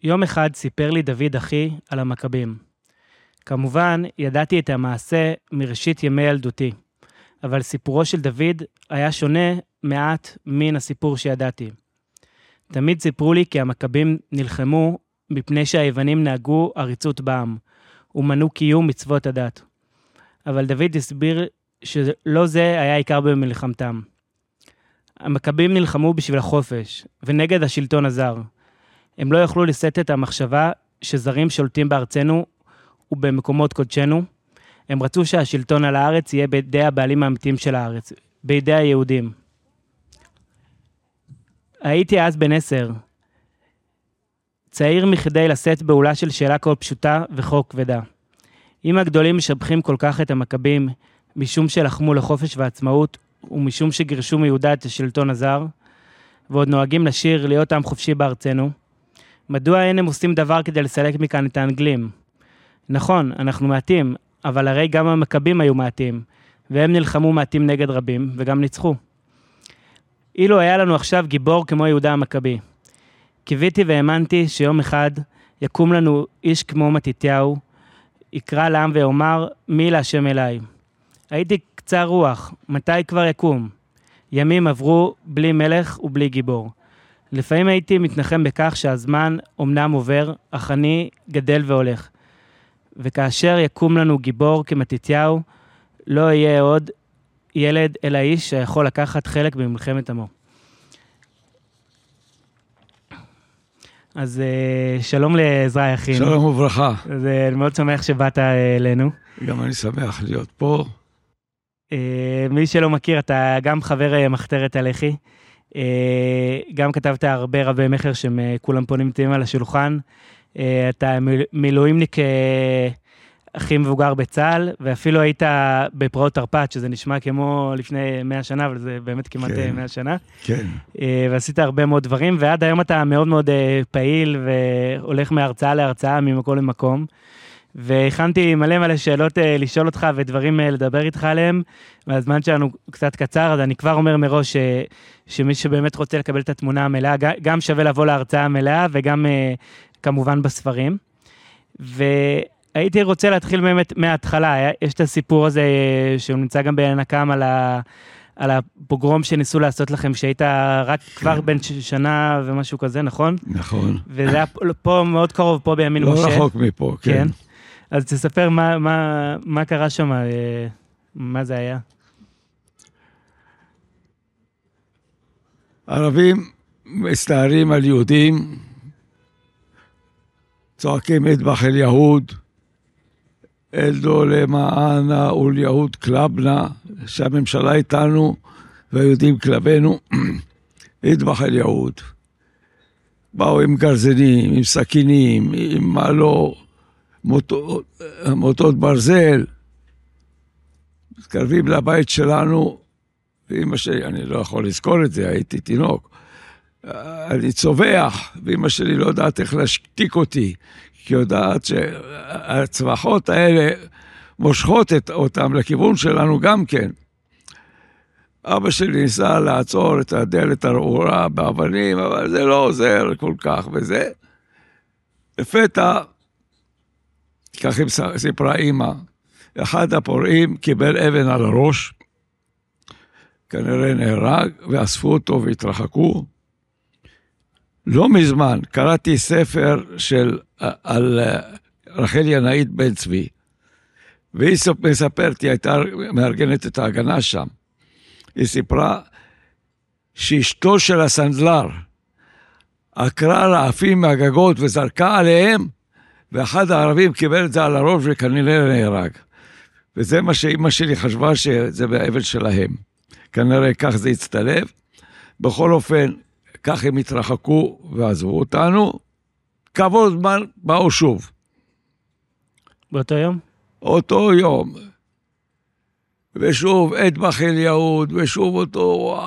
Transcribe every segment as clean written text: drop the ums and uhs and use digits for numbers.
יום אחד סיפר לי דוד אחי על המכבים. כמובן, ידעתי את המעשה מראשית ימי ילדותי, אבל סיפורו של דוד היה שונה מעט מן הסיפור שידעתי. תמיד סיפרו לי כי המכבים נלחמו מפני שהיוונים נהגו עריצות בעם, ומנעו קיום מצוות הדת. אבל דוד הסביר שלא זה היה עיקר במלחמתם. המכבים נלחמו בשביל החופש, ונגד השלטון הזר. הם לא יוכלו לשאת את המחשבה שזרים שולטים בארצנו ובמקומות קודשנו. הם רצו שהשלטון על הארץ יהיה בידי הבעלים האמיתיים של הארץ, בידי היהודים. הייתי אז בן 10, צעיר מכדי לשאת בעולה של שאלה כה פשוטה וכה כבדה. אם הגדולים משבחים כל כך את המכבים, משום שלחמו לחופש ועצמאות, ומשום שגירשו מיהודה את השלטון הזר, ועוד נוהגים לשיר להיות עם חופשי בארצנו, מדוע אין הם עושים דבר כדי לסלק מכאן את האנגלים? נכון, אנחנו מעטים, אבל הרי גם המכבים היו מעטים, והם נלחמו מעטים נגד רבים, וגם ניצחו. אילו היה לנו עכשיו גיבור כמו יהודה המכבי. קיוויתי והאמנתי שיום אחד יקום לנו איש כמו מתתיהו, יקרא לעם ואומר, מי להשם אליי. הייתי קצר רוח, מתי כבר יקום? ימים עברו בלי מלך ובלי גיבור. לפעמים הייתי מתנחם בכך שהזמן אומנם עובר, אך אני גדל והולך. וכאשר יקום לנו גיבור כמתתיהו, לא יהיה עוד ילד אלא איש שיכול לקחת חלק במלחמת עמו. אז שלום לעזרא יכין. שלום וברכה. אז אני מאוד שמח שבאת אלינו. גם אני שמח להיות פה. מי שלא מכיר, אתה גם חבר מחתרת הלח"י. גם כתבת הרבה רבי מחר שהם כולם פה נמצאים על השולחן. אתה מילואימניק הכי מבוגר בצה"ל, ואפילו היית בפרעות תרפ"ט, שזה נשמע כמו לפני 100 שנה, אבל זה באמת כמעט 100 שנה. כן. ועשית הרבה מאוד דברים, ועד היום אתה מאוד מאוד פעיל, והולך מהרצאה להרצאה, ממקום למקום. והכנתי מלא שאלות לשאול אותך, ודברים לדבר איתך עליהם, והזמן שלנו קצת קצר, אז אני כבר אומר מראש שמי שבאמת רוצה לקבל את התמונה המלאה, גם שווה לבוא להרצאה המלאה, וגם כמובן בספרים. והייתי רוצה להתחיל באמת מההתחלה, יש את הסיפור הזה שהוא נמצא גם בנקם על הפוגרום שניסו לעשות לכם, שהיית רק כבר בן שנה ומשהו כזה, נכון? נכון. וזה היה פה מאוד קרוב, פה בימין משה. לא רחוק מפה, כן. אז תספר מה קרה שם, מה זה היה? ערבים מסתערים על יהודים, צועקים אטבח אל יהוד, אלדו למענה וליהוד קלבנה, שהממשלה איתנו והיהודים קלבנו, אטבח אל יהוד. באו עם גרזנים, עם סכינים, עם מה לא, מוטות ברזל, מתקרבים לבית שלנו, ואמא שלי, אני לא יכול לזכור את זה, הייתי תינוק, אני צובח, ואמא שלי לא יודעת איך להשתיק אותי, כי יודעת שהצווחות האלה מושכות אותם לכיוון שלנו גם כן. אבא שלי ניסה לעצור את הדלת הרעורה באבנים, אבל זה לא עוזר כל כך, וזה. לפתע, כך סיפרה אמא, אחד הפורעים קיבל אבן על הראש, כנראה נהרג, ואספו אותו והתרחקו. לא מזמן קראתי ספר על רחל ינאית בן צבי, והיא מספרת, היא הייתה מארגנת את ההגנה שם. היא סיפרה שאשתו של הסנדלר עקרה רעפים מהגגות וזרקה עליהם, ואחד הערבים קיבל את זה על הראש וכנראה נהרג. וזה מה שאמא שלי חשבה שזה באבל שלהם. כנראה כך זה הצטלב. בכל אופן, כך הם התרחקו ועזבו אותנו. כעבור זמן באו שוב. באותו יום? אותו יום. ושוב אטבח אל יהוד, ושוב אותו,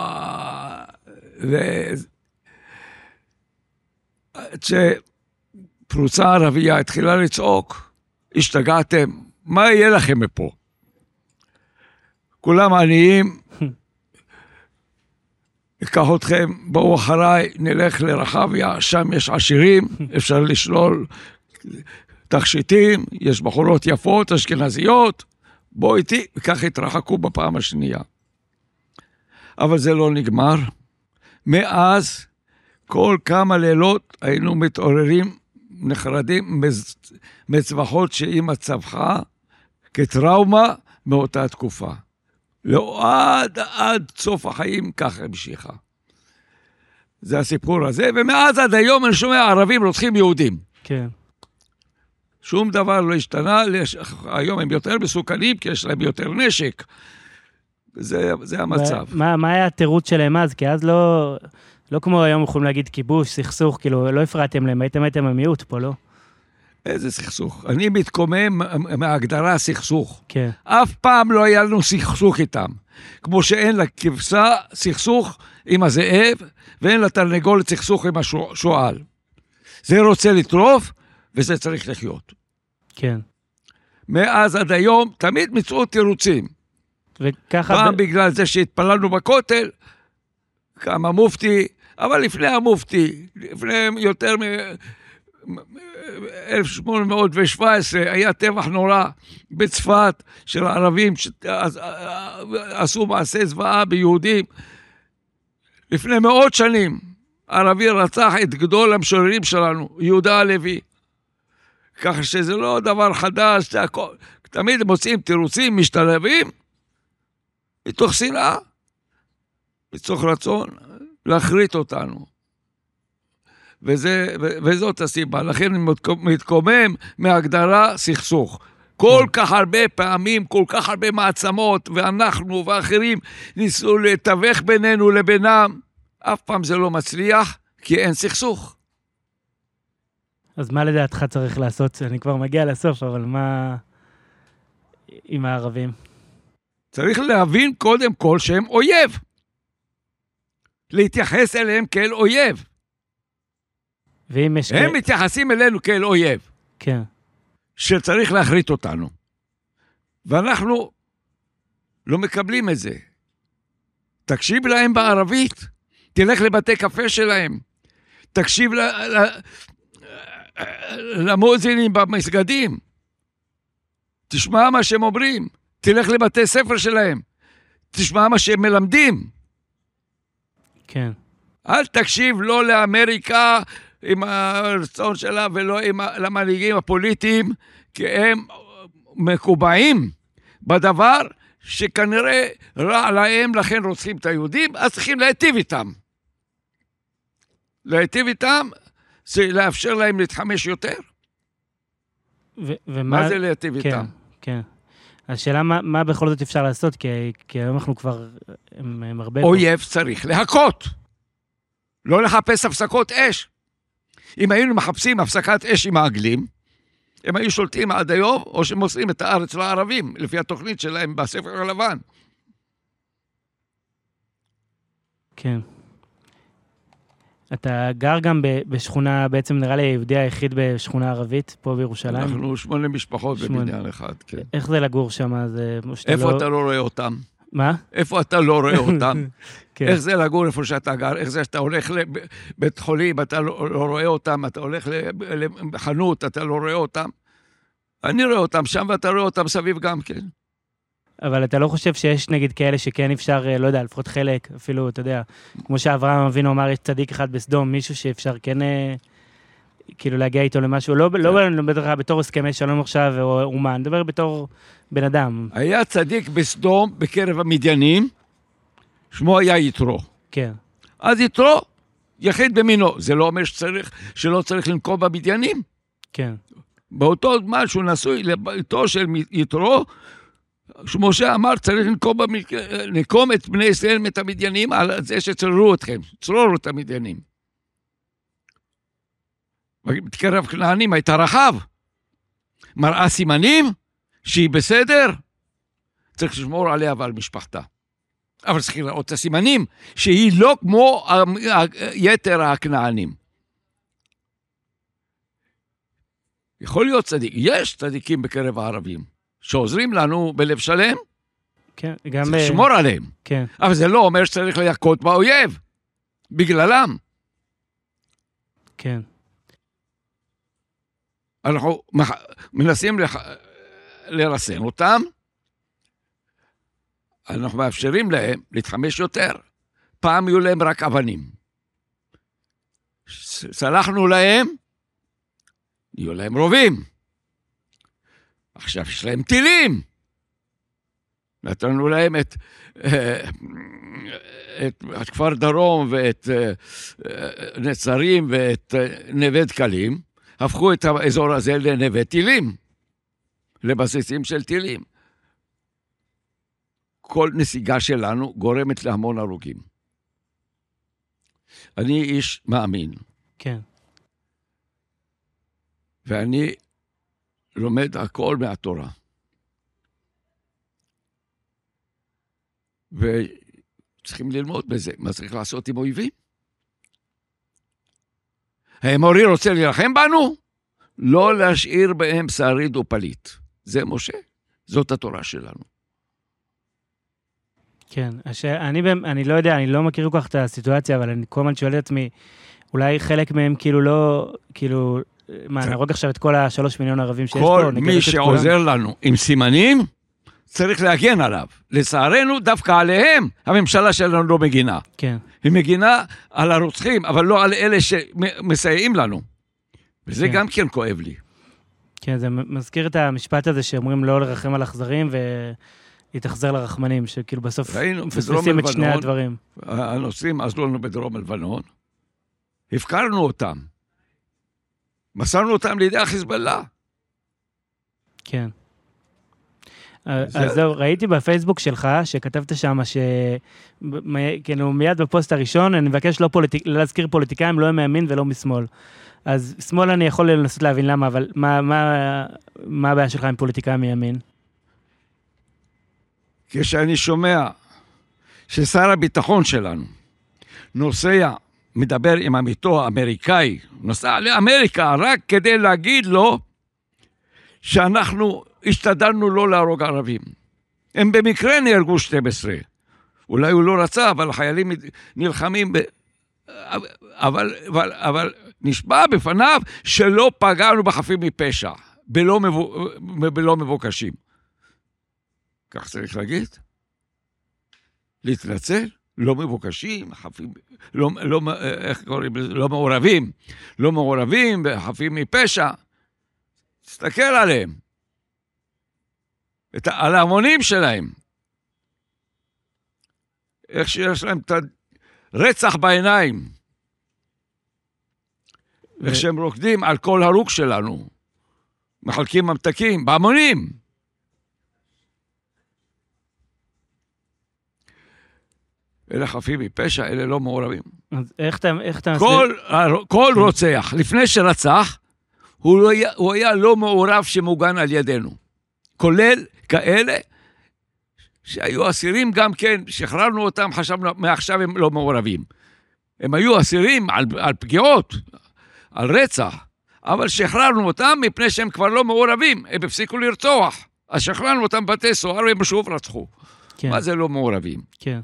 כשפרוצה ערבייה התחילה לצעוק, השתגעתם, מה יהיה לכם מפה? כולם עניים, אקח אתכם, בואו אחריי, נלך לרחביה, שם יש עשירים, אפשר לשלול תכשיטים, יש בחורות יפות, אשכנזיות, בואו איתי, וכך התרחקו בפעם השנייה. אבל זה לא נגמר. מאז, כל כמה לילות היינו מתעוררים, נחרדים מצווחות שאמא צווחה כטראומה מאותה תקופה. לא עד סוף החיים ככה המשיכה. זה הסיפור הזה, ומאז עד היום אני שומע ערבים רוצחים יהודים. כן. שום דבר לא השתנה, היום הם יותר מסוכנים כי יש להם יותר נשק. זה המצב. מה היה התירוץ שלהם אז? כי אז לא כמו היום יכולים להגיד כיבוש, סכסוך, כאילו לא הפרעתם להם, הייתם המיעוט פה, לא? איזה סכסוך? אני מתקומם מההגדרה סכסוך. כן. אף פעם לא היה לנו סכסוך איתם. כמו שאין לכבשה סכסוך עם הזאב, ואין לתרנגולת סכסוך עם השועל. זה רוצה לטרוף, וזה צריך לחיות. כן. מאז עד היום, תמיד מצאו תירוצים. וככה... פעם בגלל זה שהתפללנו בכותל, קם המופתי, אבל לפני המופתי, לפני יותר מ-1817, היה טבח נורא בצפת של הערבים, שעשו מעשי זוועה ביהודים. לפני מאות שנים, ערבי רצח את גדול המשוררים שלנו, יהודה הלוי. ככה שזה לא דבר חדש, תמיד מוצאים תירוצים, משתלבים, מתוך שנאה, מתוך רצון להחריט אותנו. וזאת הסיבה, לכן אני מתקומם מהגדרה סכסוך. כל כך הרבה פעמים, כל כך הרבה מעצמות, ואנחנו ואחרים ניסו לתווך בינינו לבינם, אף פעם זה לא מצליח, כי אין סכסוך. אז מה לדעתך צריך לעשות? אני כבר מגיע לסוף, אבל מה עם הערבים? צריך להבין קודם כל שהם אויב. להתייחס אליהם כאל אויב. הם מתייחסים אלינו כאל אויב. כן. שצריך להחריט אותנו. ואנחנו לא מקבלים את זה. תקשיב להם בערבית. תלך לבתי קפה שלהם. תקשיב למואזינים במסגדים. תשמע מה שהם אומרים. תלך לבתי ספר שלהם. תשמע מה שהם מלמדים. כן. אל תקשיב לא לאמריקה עם הרצון שלה ולא למנהיגים הפוליטיים, כי הם מקובעים בדבר שכנראה רע להם, לכן רוצחים את היהודים, אז צריכים להיטיב איתם. להיטיב איתם זה לאפשר להם להתחמש יותר. מה זה להיטיב איתם? כן. השאלה מה בכל זאת אפשר לעשות, כי היום אנחנו כבר הם הרבה... אויב צריך להכות. לא לחפש הפסקות אש. אם היינו מחפשים הפסקת אש עם העגלים, הם היו שולטים עד היום, או שמוסרים את הארץ לערבים, לפי התוכנית שלהם בספר הלבן. כן. אתה גר גם בשכונה, בעצם נראה לי היהודי היחיד בשכונה ערבית, פה בירושלים. אנחנו 8 משפחות בבניין אחד, כן. איך זה לגור שם? איפה אתה לא רואה אותם? מה? איפה אתה לא רואה אותם? איך זה לגור איפה שאתה גר? איך זה שאתה הולך לבית חולים, אתה לא רואה אותם, אתה הולך לחנות, אתה לא רואה אותם? אני רואה אותם שם ואתה רואה אותם סביב גם כן. אבל אתה לא חושב שיש נגיד כאלה שכן אפשר, לא יודע, לפחות חלק, אפילו, אתה יודע, כמו שאברהם אבינו אמר, יש צדיק אחד בסדום, מישהו שאפשר כן, כאילו להגיע איתו למשהו, לא מדבר בתור הסכמי שלום עכשיו, או אומן, מדבר בתור בן אדם. היה צדיק בסדום בקרב המדיינים, שמו היה יתרו. כן. אז יתרו, יחיד במינו, זה לא אומר שלא צריך לנקום במדיינים. כן. באותו זמן שהוא נשוי לביתו של יתרו, שמשה אמר, צריך לנקום את בני ישראל את המדיינים על זה שצררו אתכם, צרורו את המדיינים. בקרב כנענים הייתה רחב, מראה סימנים שהיא בסדר, צריך לשמור עליה ועל משפחתה. אבל צריך לראות את הסימנים, שהיא לא כמו יתר הכנענים. יכול להיות צדיק, יש צדיקים בקרב הערבים, שעוזרים לנו בלב שלם, כן, גם צריך לשמור עליהם. כן. אבל זה לא אומר שצריך להכות באויב. בגללם. כן. אנחנו מנסים לרסן אותם, אנחנו מאפשרים להם להתחמש יותר. פעם יהיו להם רק אבנים. סלחנו להם, יהיו להם רובים. עכשיו יש להם טילים. נתנו להם את כפר דרום ואת נצרים ואת נווה דקלים, הפכו את האזור הזה לנווה טילים, לבסיסים של טילים. כל נסיגה שלנו גורמת להמון הרוגים. אני איש מאמין. כן. ואני לומד הכל מהתורה. וצריכים ללמוד בזה. מה צריך לעשות עם אויבים? האמורי רוצה להילחם בנו? לא להשאיר בהם שריד ופליט. זה משה. זאת התורה שלנו. כן. אני לא יודע, אני לא מכיר כל כך את הסיטואציה, אבל אני כל הזמן שואל את עצמי, אולי חלק מהם כאילו לא, כאילו, מה, נהרוג עכשיו את כל 3 מיליון ערבים שיש פה? כל מי שעוזר לנו עם סימנים, צריך להגן עליו. לצערנו, דווקא עליהם, הממשלה שלנו לא מגינה. כן. היא מגינה על הרוצחים, אבל לא על אלה שמסייעים לנו. וזה כן. גם כן כואב לי. כן, זה מזכיר את המשפט הזה שאומרים לא לרחם על אכזרים ולהתאכזר לרחמנים, שכאילו בסוף מפספסים את שני הדברים. הנוסעים עזרו לנו בדרום הלבנון, הפקרנו אותם, מסרנו אותם לידי החיזבאללה. כן. אז זהו, ראיתי בפייסבוק שלך, שכתבת שם, כאילו מיד בפוסט הראשון, אני מבקש לא להזכיר פוליטיקאים, לא מימין ולא משמאל. אז שמאל אני יכול לנסות להבין למה, אבל מה הבעיה שלך עם פוליטיקאים מימין? כשאני שומע ששר הביטחון שלנו נוסע, מדבר עם עמיתו האמריקאי, נוסע לאמריקה רק כדי להגיד לו שאנחנו השתדלנו לא להרוג ערבים. הם במקרה נהרגו 12. אולי הוא לא רצה, אבל החיילים נלחמים אבל נשבע בפניו שלא פגענו בחפים מפשע, בלא מבוקשים. כך צריך להגיד? להתנצל? לא מבוקשים, חפים, איך קוראים לזה? לא מעורבים בחפים מפשע. תסתכל עליהם. על ההמונים שלהם. איך שיש להם את הרצח בעיניים. איך שהם רוקדים על כל הרוג שלנו. מחלקים ממתקים, בהמונים. אלה חפים מפשע, אלה לא מעורבים. אז איך אתה... כל רוצח, לפני שרצח, הוא היה לא מעורב שמוגן על ידינו. כולל כאלה שהיו אסירים גם כן, שחררנו אותם, חשבנו, מעכשיו הם לא מעורבים. הם היו אסירים על פגיעות, על רצח, אבל שחררנו אותם מפני שהם כבר לא מעורבים, הם הפסיקו לרצוח. אז שחררנו אותם בתי סוהר והם שוב רצחו. כן. מה זה לא מעורבים? כן.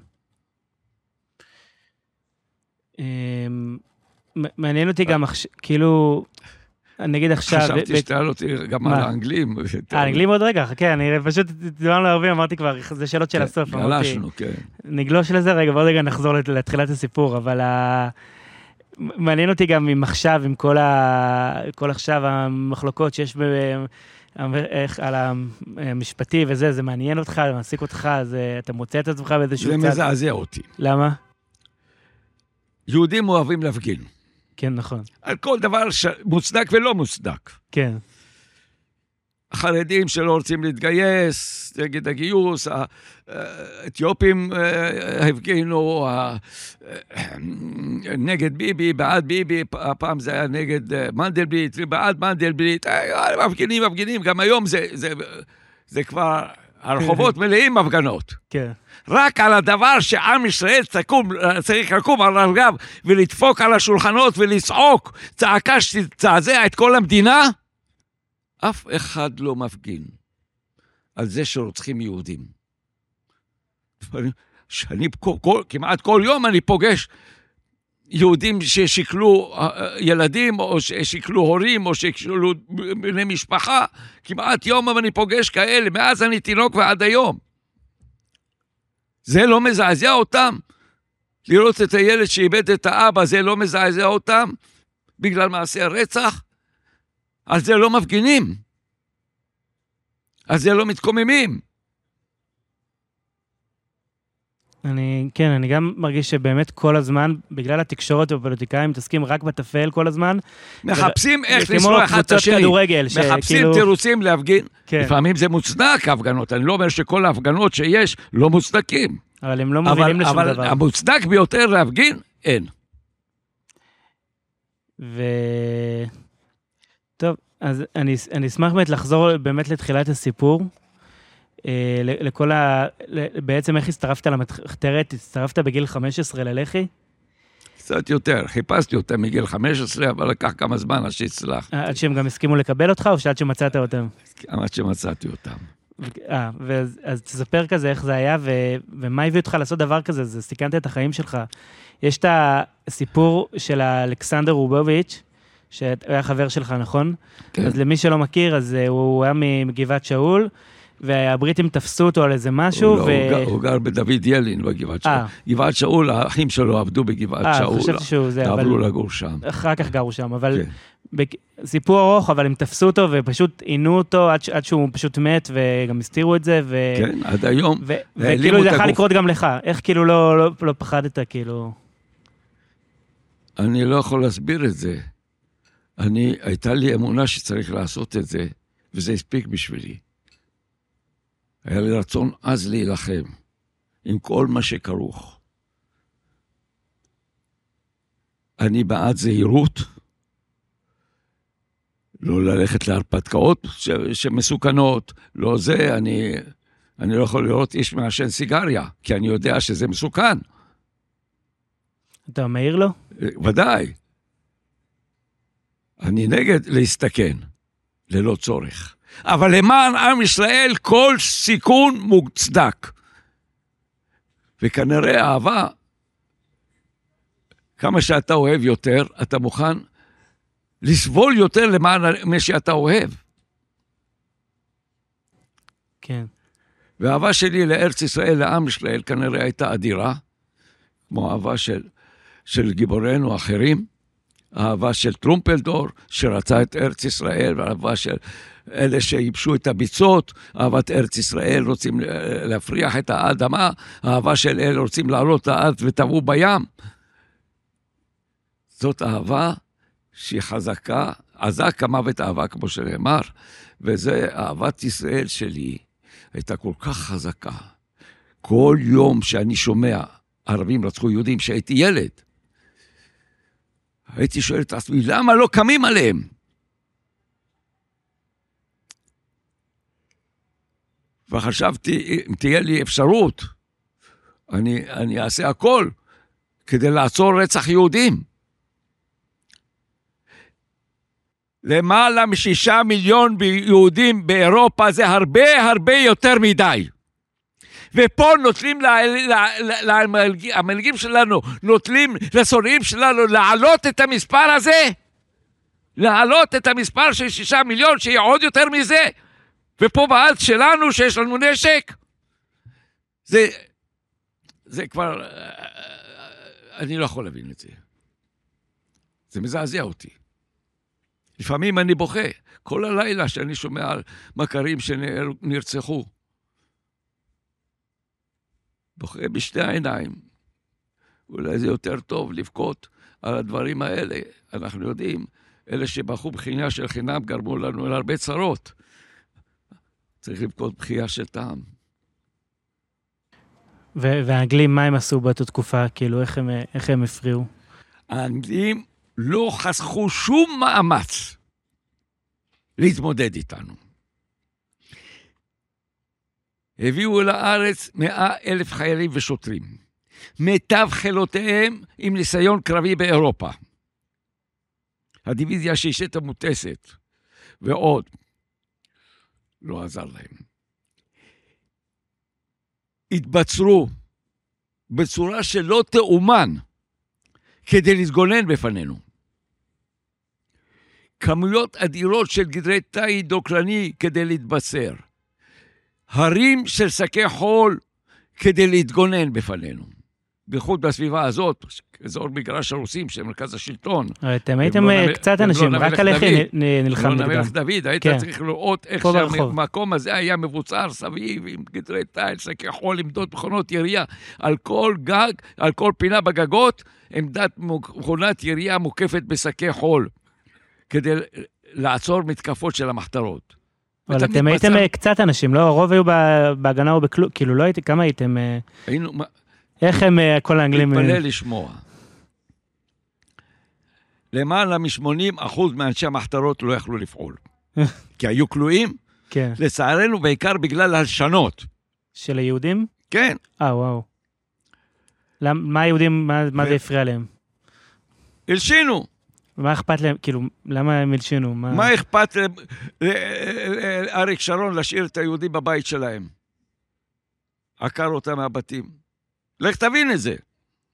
מעניין אותי גם, כאילו... נגיד עכשיו... חשבתי שתעל אותי גם על האנגלים. האנגלים עוד רגע, חכה, אני פשוט דיברנו לערבים, אמרתי כבר, זה שאלות של הסוף. גלשנו, כן. נגלוש לזה רגע, ועוד רגע נחזור לתחילת הסיפור, אבל מעניין אותי גם עם עכשיו, עם כל עכשיו המחלוקות שיש על המשפטי וזה, זה מעניין אותך, זה מעסיק אותך, אתה מוצא את עצמך באיזשהו צד. זה מזעזע אותי. למה? יהודים אוהבים להפגין. כן, נכון. על כל דבר מוצדק ולא מוצדק. כן. החרדים שלא רוצים להתגייס, נגד הגיוס, האתיופים הפגינו, נגד ביבי, בעד ביבי, הפעם זה היה נגד מנדלבליט, בעד מנדלבליט, מפגינים, גם היום זה כבר, הרחובות מלאים הפגנות. כן. רק על הדבר שעם ישראל צריך לקום על הרגב ולדפוק על השולחנות ולצעוק צעקה שתצעזע את כל המדינה, אף אחד לא מפגין על זה שרוצחים יהודים. כמעט כל יום אני פוגש יהודים ששיקלו ילדים, או ששיקלו הורים, או ששיקלו בני משפחה, כמעט יום אבל אני פוגש כאלה, מאז אני תינוק ועד היום. זה לא מזעזע אותם? לראות את הילד שאיבד את האבא, זה לא מזעזע אותם? בגלל מעשה הרצח? על זה לא מפגינים. על זה לא מתקוממים. אני גם מרגיש שבאמת כל הזמן, בגלל התקשורת והפוליטיקאים, מתעסקים רק בטפל כל הזמן. מחפשים איך לשרוע אחד את השני. מחפשים תירוצים להפגין. לפעמים זה מוצדק, ההפגנות. אני לא אומר שכל ההפגנות שיש לא מוצדקים. אבל הם לא מובילים לשום דבר. אבל המוצדק ביותר להפגין, אין. טוב, אז אני אשמח באמת לחזור באמת לתחילת הסיפור. בעצם איך הצטרפת למחתרת? הצטרפת בגיל 15 ללח"י? קצת יותר, חיפשתי אותם מגיל 15, אבל לקח כמה זמן עד שהצלח. עד שהם גם הסכימו לקבל אותך, או שעד שמצאת אותם? עד שמצאתי אותם. אז תספר כזה איך זה היה, ומה הביא אותך לעשות דבר כזה? זה סיכנת את החיים שלך. יש את הסיפור של אלכסנדר רובוביץ', שהיה חבר שלך, נכון? כן. אז למי שלא מכיר, אז הוא היה מגבעת שאול, והבריטים תפסו אותו על איזה משהו. הוא גר בדוד ילין, בגבעת שאול. גבעת שאול, האחים שלו עבדו בגבעת שאול. חשבתי שהוא זה. עברו לגור שם. אחר כך גרו שם, אבל סיפור ארוך, אבל הם תפסו אותו ופשוט עינו אותו עד שהוא פשוט מת, וגם הסתירו את זה. כן, עד היום. וכאילו זה יכול לקרות גם לך. איך כאילו לא פחדת, כאילו? אני לא יכול להסביר את זה. הייתה לי אמונה שצריך לעשות את זה, וזה הספיק בשבילי. היה לי רצון אז להילחם, עם כל מה שכרוך. אני בעד זהירות, לא ללכת להרפתקאות שמסוכנות, לא זה, אני לא יכול לראות איש מעשן סיגריה, כי אני יודע שזה מסוכן. אתה מעיר לו? ודאי. אני נגד להסתכן, ללא צורך. אבל למען עם ישראל כל סיכון מוצדק. וכנראה אהבה, כמה שאתה אוהב יותר, אתה מוכן לסבול יותר למען מה שאתה אוהב. כן. והאהבה שלי לארץ ישראל, לעם ישראל, כנראה הייתה אדירה, כמו אהבה של גיבורינו אחרים, אהבה של טרומפלדור, שרצה את ארץ ישראל, ואהבה של אלה שיבשו את הביצות, אהבת ארץ ישראל, רוצים להפריח את האדמה, אהבה של אלה רוצים לעלות לארץ וטבעו בים. זאת אהבה שהיא חזקה, עזה כמוות אהבה, כמו שנאמר, וזה אהבת ישראל שלי, הייתה כל כך חזקה. כל יום שאני שומע ערבים רצחו יהודים, שהייתי ילד, הייתי שואל את עצמי, למה לא קמים עליהם? וחשבתי, אם תהיה לי אפשרות, אני אעשה הכל כדי לעצור רצח יהודים. למעלה מ6 מיליון יהודים באירופה, זה הרבה הרבה יותר מדי. ופה נוטלים למנהיגים שלנו, נוטלים לשונאים שלנו להעלות את המספר הזה, להעלות את המספר של 6 מיליון, שיהיה עוד יותר מזה, ופה בארץ שלנו שיש לנו נשק. זה כבר, אני לא יכול להבין את זה. זה מזעזע אותי. לפעמים אני בוכה, כל הלילה שאני שומע על מכרים שנרצחו. בוכה בשתי העיניים. אולי זה יותר טוב לבכות על הדברים האלה. אנחנו יודעים, אלה שבחו בחייה של חינם גרמו לנו להרבה צרות. צריך לבכות בחייה של טעם. והאנגלים, מה הם עשו באותה תקופה? כאילו, איך הם הפריעו? האנגלים לא חסכו שום מאמץ להתמודד איתנו. הביאו לארץ 100,000 חיילים ושוטרים, מיטב חילותיהם עם ניסיון קרבי באירופה. הדיוויזיה השישית המוטסת, ועוד, לא עזר להם. התבצרו בצורה שלא תאומן, כדי להתגונן בפנינו. כמויות אדירות של גדרי תאי דוקרני כדי להתבשר. הרים של שקי חול כדי להתגונן בפנינו. בייחוד בסביבה הזאת, אזור מגרש הרוסים של מרכז השלטון. אתם הייתם קצת אנשים, רק עליך נלחם נגדם. המלך דוד, היית צריך לראות איך שהמקום הזה היה מבוצר סביב, עם גדרי תיל, שקי חול, עמדות מכונות ירייה, על כל גג, על כל פינה בגגות, עמדת מכונת ירייה מוקפת בשקי חול, כדי לעצור מתקפות של המחתרות. אבל אתם הייתם קצת אנשים, לא? הרוב היו בהגנה או בכלום, כאילו לא הייתם, כמה הייתם? היינו... איך הם כל האנגלים... מתפלא לשמוע. למעלה מ-80% מאנשי המחתרות לא יכלו לפעול. כי היו כלואים, כן. לצערנו בעיקר בגלל הלשנות. של היהודים? כן. וואו. מה היהודים, מה זה הפריע להם? הלשינו. מה אכפת להם, כאילו, למה הם הלשינו? מה אכפת לאריק שרון להשאיר את היהודים בבית שלהם? עקר אותם מהבתים. לך תבין את זה.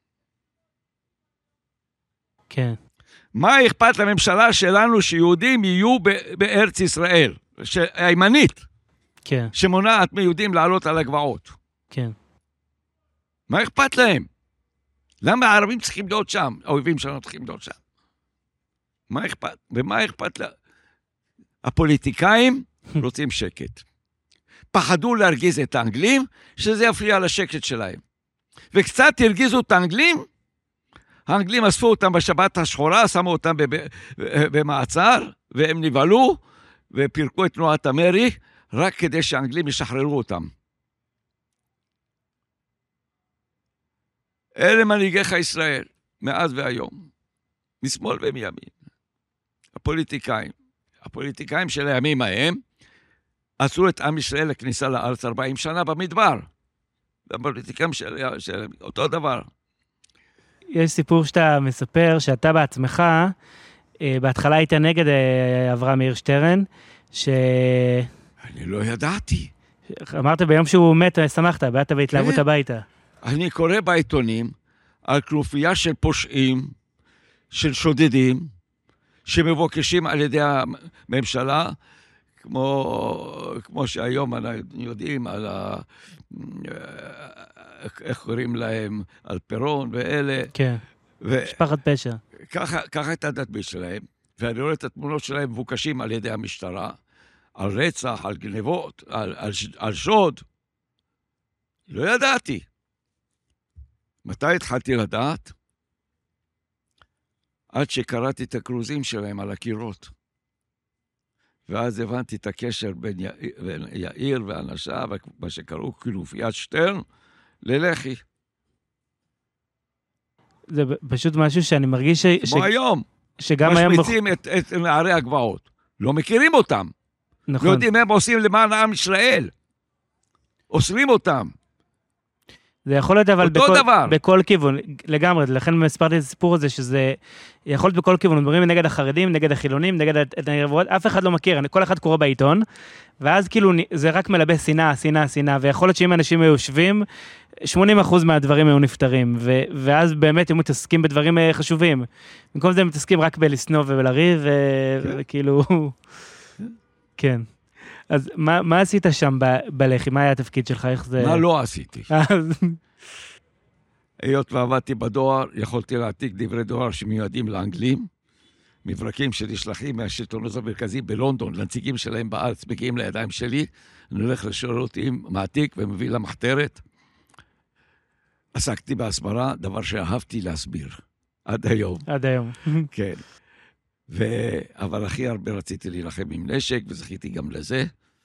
כן. מה אכפת לממשלה שלנו שיהודים יהיו בארץ ישראל, הימנית, כן. שמונעת מיהודים לעלות על הגבעות? כן. מה אכפת להם? למה הערבים צריכים להיות שם? האויבים שלנו צריכים להיות שם. מה אכפת? ומה אכפת לה? הפוליטיקאים רוצים שקט. פחדו להרגיז את האנגלים, שזה יפריע לשקט שלהם. וקצת הרגיזו את האנגלים, האנגלים אספו אותם בשבת השחורה, שמו אותם במעצר, והם נבהלו, ופירקו את תנועת המרי, רק כדי שהאנגלים ישחררו אותם. אלה מנהיגיך ישראל, מאז והיום, משמאל ומימין. הפוליטיקאים של הימים ההם, עצרו את עם ישראל לכניסה לארץ 40 שנה במדבר. הפוליטיקאים של אותו דבר. יש סיפור שאתה מספר, שאתה בעצמך, בהתחלה היית נגד אברהם מאיר שטרן, אני לא ידעתי. אמרת ביום שהוא מת, שמחת, באת בהתלהבות הביתה. אני קורא בעיתונים על כנופיה של פושעים, של שודדים, שמבוקשים על ידי הממשלה, כמו שהיום אנחנו יודעים על איך קוראים להם, על פירון ואלה. כן, משפחת פשע. ככה את הדתבית שלהם, ואני רואה את התמונות שלהם מבוקשים על ידי המשטרה, על רצח, על גנבות, על שוד. לא ידעתי. מתי התחלתי לדעת? עד שקראתי את הכרוזים שלהם על הקירות. ואז הבנתי את הקשר בין יאיר ואנשיו, מה שקראו כנופיית שטרן, ללח"י. זה פשוט משהו שאני מרגיש כמו היום, שגם משמיצים את נערי הגבעות. לא מכירים אותם. נכון. לא יודעים מה הם עושים למען עם ישראל. אוסרים אותם. זה יכול להיות אבל דבר. בכל כיוון, לגמרי, לכן מספרתי את הסיפור הזה, שזה יכול להיות בכל כיוון, מדברים נגד החרדים, נגד החילונים, נגד הנרבות, אף אחד לא מכיר, כל אחד קורא בעיתון, ואז כאילו זה רק מלבה שנאה, ויכול להיות שאם אנשים היו יושבים, 80% מהדברים היו נפטרים, ואז באמת הם מתעסקים בדברים חשובים. במקום זה הם מתעסקים רק בלסנוב ובלריב, וכאילו, כן. אז מה עשית שם בלח"י? מה היה התפקיד שלך? איך זה... מה לא עשיתי? היות ועבדתי בדואר, יכולתי להעתיק דברי דואר שמיועדים לאנגלים, מברקים שנשלחים מהשלטונות המרכזי בלונדון, לנציגים שלהם בארץ, מגיעים לידיים שלי, אני הולך לשירותים, מעתיק ומביא למחתרת. עסקתי בהסברה, דבר שאהבתי להסביר, עד היום. עד היום. כן. אבל הכי הרבה רציתי להילחם עם נשק, וזכיתי גם לזה.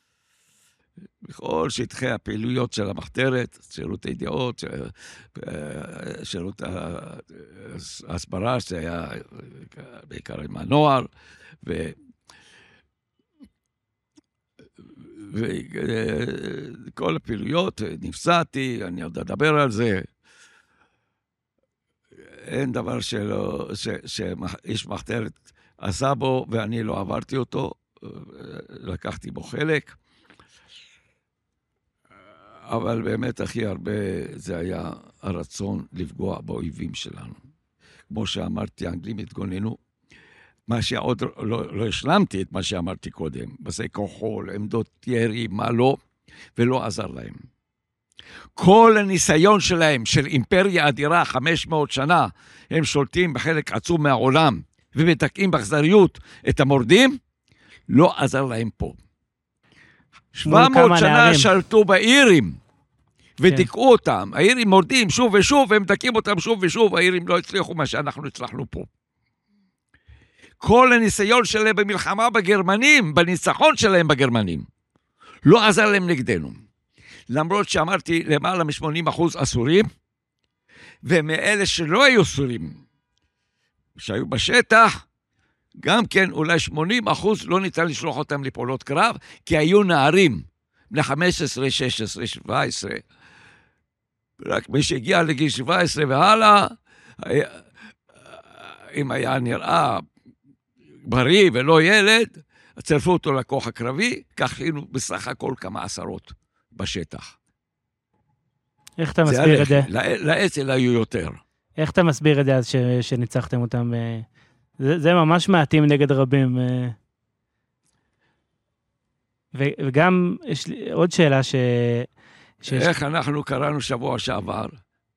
בכל שטחי הפעילויות של המחתרת, שירות הידיעות, שירות ההסברה, שהיה בעיקר עם הנוער, וכל הפעילויות, נפסעתי, אני עוד אדבר על זה. אין דבר שאיש מחתרת עשה בו, ואני לא עברתי אותו, לקחתי בו חלק. אבל באמת הכי הרבה זה היה הרצון לפגוע באויבים שלנו. כמו שאמרתי, האנגלים התגוננו, מה שעוד לא השלמתי את מה שאמרתי קודם, בזה כוחול, עמדות ירי, מה לא, ולא עזר להם. כל הניסיון שלהם, של אימפריה אדירה, 500 שנה, הם שולטים בחלק עצום מהעולם, ומתקעים באכזריות את המורדים, לא עזר להם פה. 700 שנה שלטו באירים, ודיכאו אותם. האירים מורדים שוב ושוב, והם דקים אותם שוב ושוב, האירים לא הצליחו מה שאנחנו הצלחנו פה. כל הניסיון שלהם במלחמה בגרמנים, בניצחון שלהם בגרמנים, לא עזר להם נגדנו. למרות שאמרתי למעלה מ-80% אסורים, ומאלה שלא היו אסורים, שהיו בשטח, גם כן אולי 80% לא ניתן לשלוח אותם לפעולות קרב, כי היו נערים, בני 15, 16, 17, רק מי שהגיע לגיל 17 והלאה, אם היה נראה בריא ולא ילד, צרפו אותו לכוח הקרבי, כך היינו בסך הכל כמה עשרות בשטח. איך אתה מסביר את זה? לאצ"ל היו יותר. איך אתה מסביר את זה אז שניצחתם אותם? זה ממש מעטים נגד רבים. וגם יש לי עוד שאלה איך אנחנו קראנו שבוע שעבר,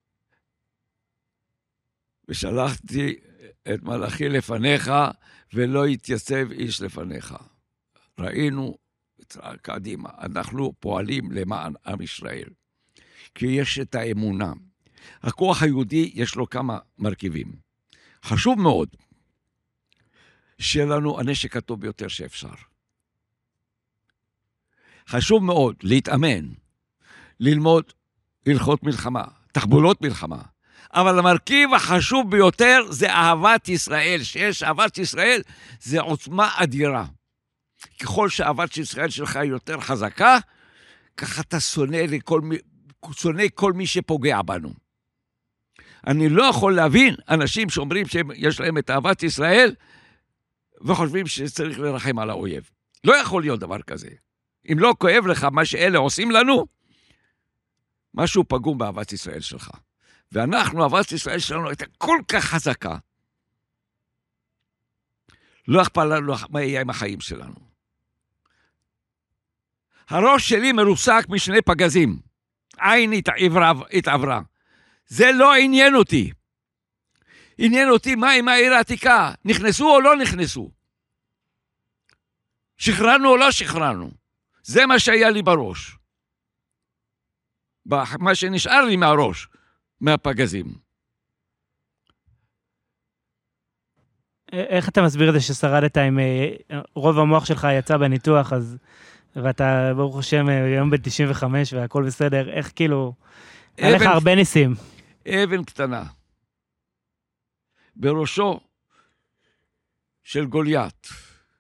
ושלחתי את מלאכי לפניך, ולא התייצב איש לפניך. ראינו קדימה, אנחנו פועלים למען עם ישראל, כי יש את האמונה. הכוח היהודי יש לו כמה מרכיבים. חשוב מאוד, שלנו הנשק הטוב ביותר שאפשר. חשוב מאוד להתאמן, ללמוד הלכות מלחמה, תחבולות מלחמה. אבל המרכיב החשוב ביותר זה אהבת ישראל. שיש אהבת ישראל, זה עוצמה אדירה. ככל שאהבת ישראל שלך יותר חזקה, ככה אתה שונא כל מי שפוגע בנו. אני לא יכול להבין אנשים שאומרים שיש להם את אהבת ישראל, וחושבים שצריך לרחם על האויב. לא יכול להיות דבר כזה. אם לא כואב לך מה שאלה עושים לנו, משהו פגום באהבת ישראל שלך. ואנחנו, אהבת ישראל שלנו הייתה כל כך חזקה. לא אכפת לנו מה יהיה עם החיים שלנו. הראש שלי מרוסק משני פגזים. עין התעברה. זה לא עניין אותי. עניין אותי מה עם העיר העתיקה. נכנסו או לא נכנסו? שחררנו או לא שחררנו? זה מה שהיה לי בראש. מה שנשאר לי מהראש, מהפגזים. איך אתה מסביר את זה ששרדת עם רוב המוח שלך יצא בניתוח, אז, ואתה ברוך השם היום בן 95 והכל בסדר, איך כאילו, היה לך הרבה ניסים. אבן קטנה, בראשו של גוליית,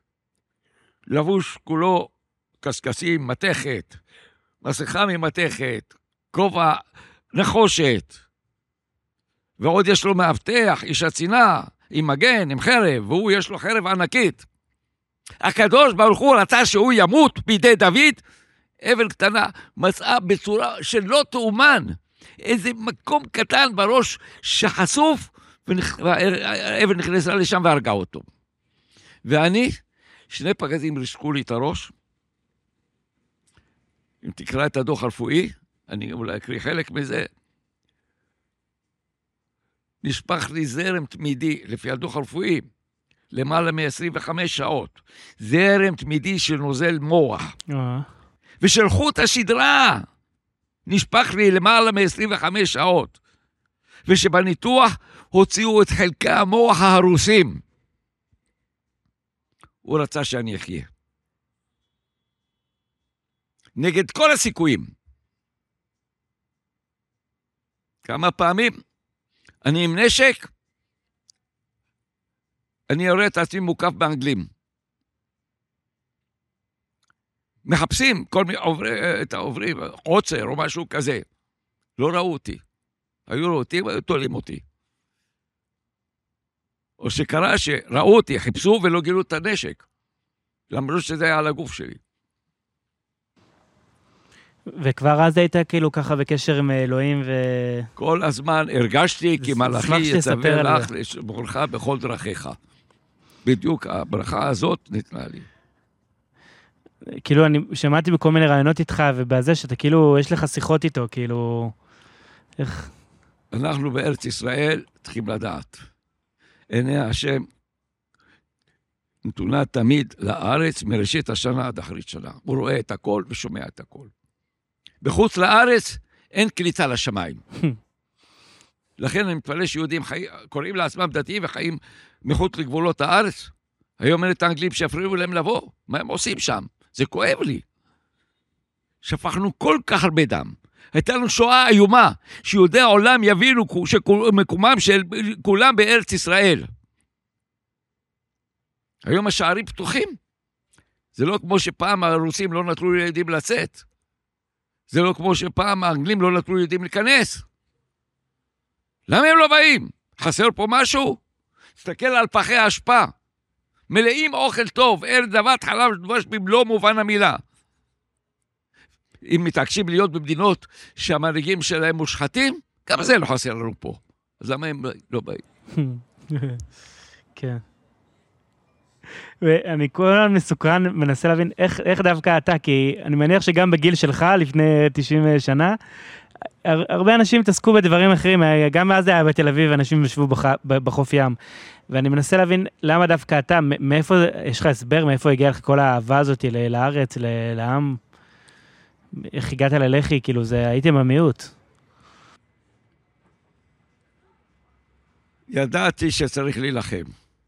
לבוש כולו קסקסים, מתכת, מסכה ממתכת, כובע נחושת, ועוד יש לו מאבטח, איש הצינה, עם מגן, עם חרב, והוא יש לו חרב ענקית. הקדוש ברוך הוא רצה שהוא ימות בידי דוד, אבן קטנה מצאה בצורה שלא תאומן, איזה מקום קטן בראש שחשוף, והאבן נכנסה לשם והרגה אותו. ואני, שני פגזים ריסקו לי את הראש. אם תקרא את הדוח הרפואי, אני אולי אקריא חלק מזה, נשפך לי זרם תמידי, לפי הדוח הרפואי, למעלה מ-25 שעות. זרם תמידי של נוזל מוח. ושל חוט השדרה, נשפך לי למעלה מ-25 שעות. ושבניתוח הוציאו את חלקי המוח ההרוסים. הוא רצה שאני אחיה. נגד כל הסיכויים. כמה פעמים אני עם נשק, אני אראה את עצמי מוקף באנגלים. מחפשים כל מי עוברים, עוצר או משהו כזה. לא ראו אותי. היו ראו אותי והיו תולים אותי. או שקרה שראו אותי, חיפשו ולא גילו את הנשק. למרות שזה היה על הגוף שלי. וכבר אז היית כאילו ככה בקשר עם אלוהים כל הזמן הרגשתי כי מלאכי יצווה לך לשמורך בכל דרכיך. בדיוק הברכה הזאת ניתנה לי. כאילו אני שמעתי בכל מיני רעיונות איתך, ובזה שאתה כאילו, יש לך שיחות איתו, כאילו, איך? אנחנו בארץ ישראל צריכים לדעת. עיני השם נתונה תמיד לארץ מראשית השנה עד אחרית שנה. הוא רואה את הכל ושומע את הכל. בחוץ לארץ אין קליטה לשמיים. לכן אני מתפלא שיהודים קוראים לעצמם דתיים וחיים מחוץ לגבולות הארץ. היום אין את האנגלים שהפריעו להם לבוא. מה הם עושים שם? זה כואב לי. שפכנו כל כך הרבה דם. הייתה לנו שואה איומה, שיהודי העולם יבינו שמקומם של כולם בארץ ישראל. היום השערים פתוחים. זה לא כמו שפעם הרוסים לא נתנו ליהודים לצאת. זה לא כמו שפעם האנגלים לא נתנו ליהודים להיכנס. למה הם לא באים? חסר פה משהו? תסתכל על פחי האשפה. מלאים אוכל טוב, ארץ זבת חלב ודבש במלוא מובן המילה. אם מתעקשים להיות במדינות שהמנהיגים שלהם מושחתים, גם זה לא חסר לנו פה. אז למה הם לא באים? כן. ואני כל הזמן מסוקרן, מנסה להבין איך דווקא אתה, כי אני מניח שגם בגיל שלך, לפני 90 שנה, הרבה אנשים התעסקו בדברים אחרים, גם אז היה בתל אביב, אנשים ישבו בחוף ים, ואני מנסה להבין למה דווקא אתה, מאיפה, יש לך הסבר, מאיפה הגיע לך כל האהבה הזאת לארץ, לעם, איך הגעת ללח"י, כאילו זה, הייתם המיעוט. ידעתי שצריך להילחם.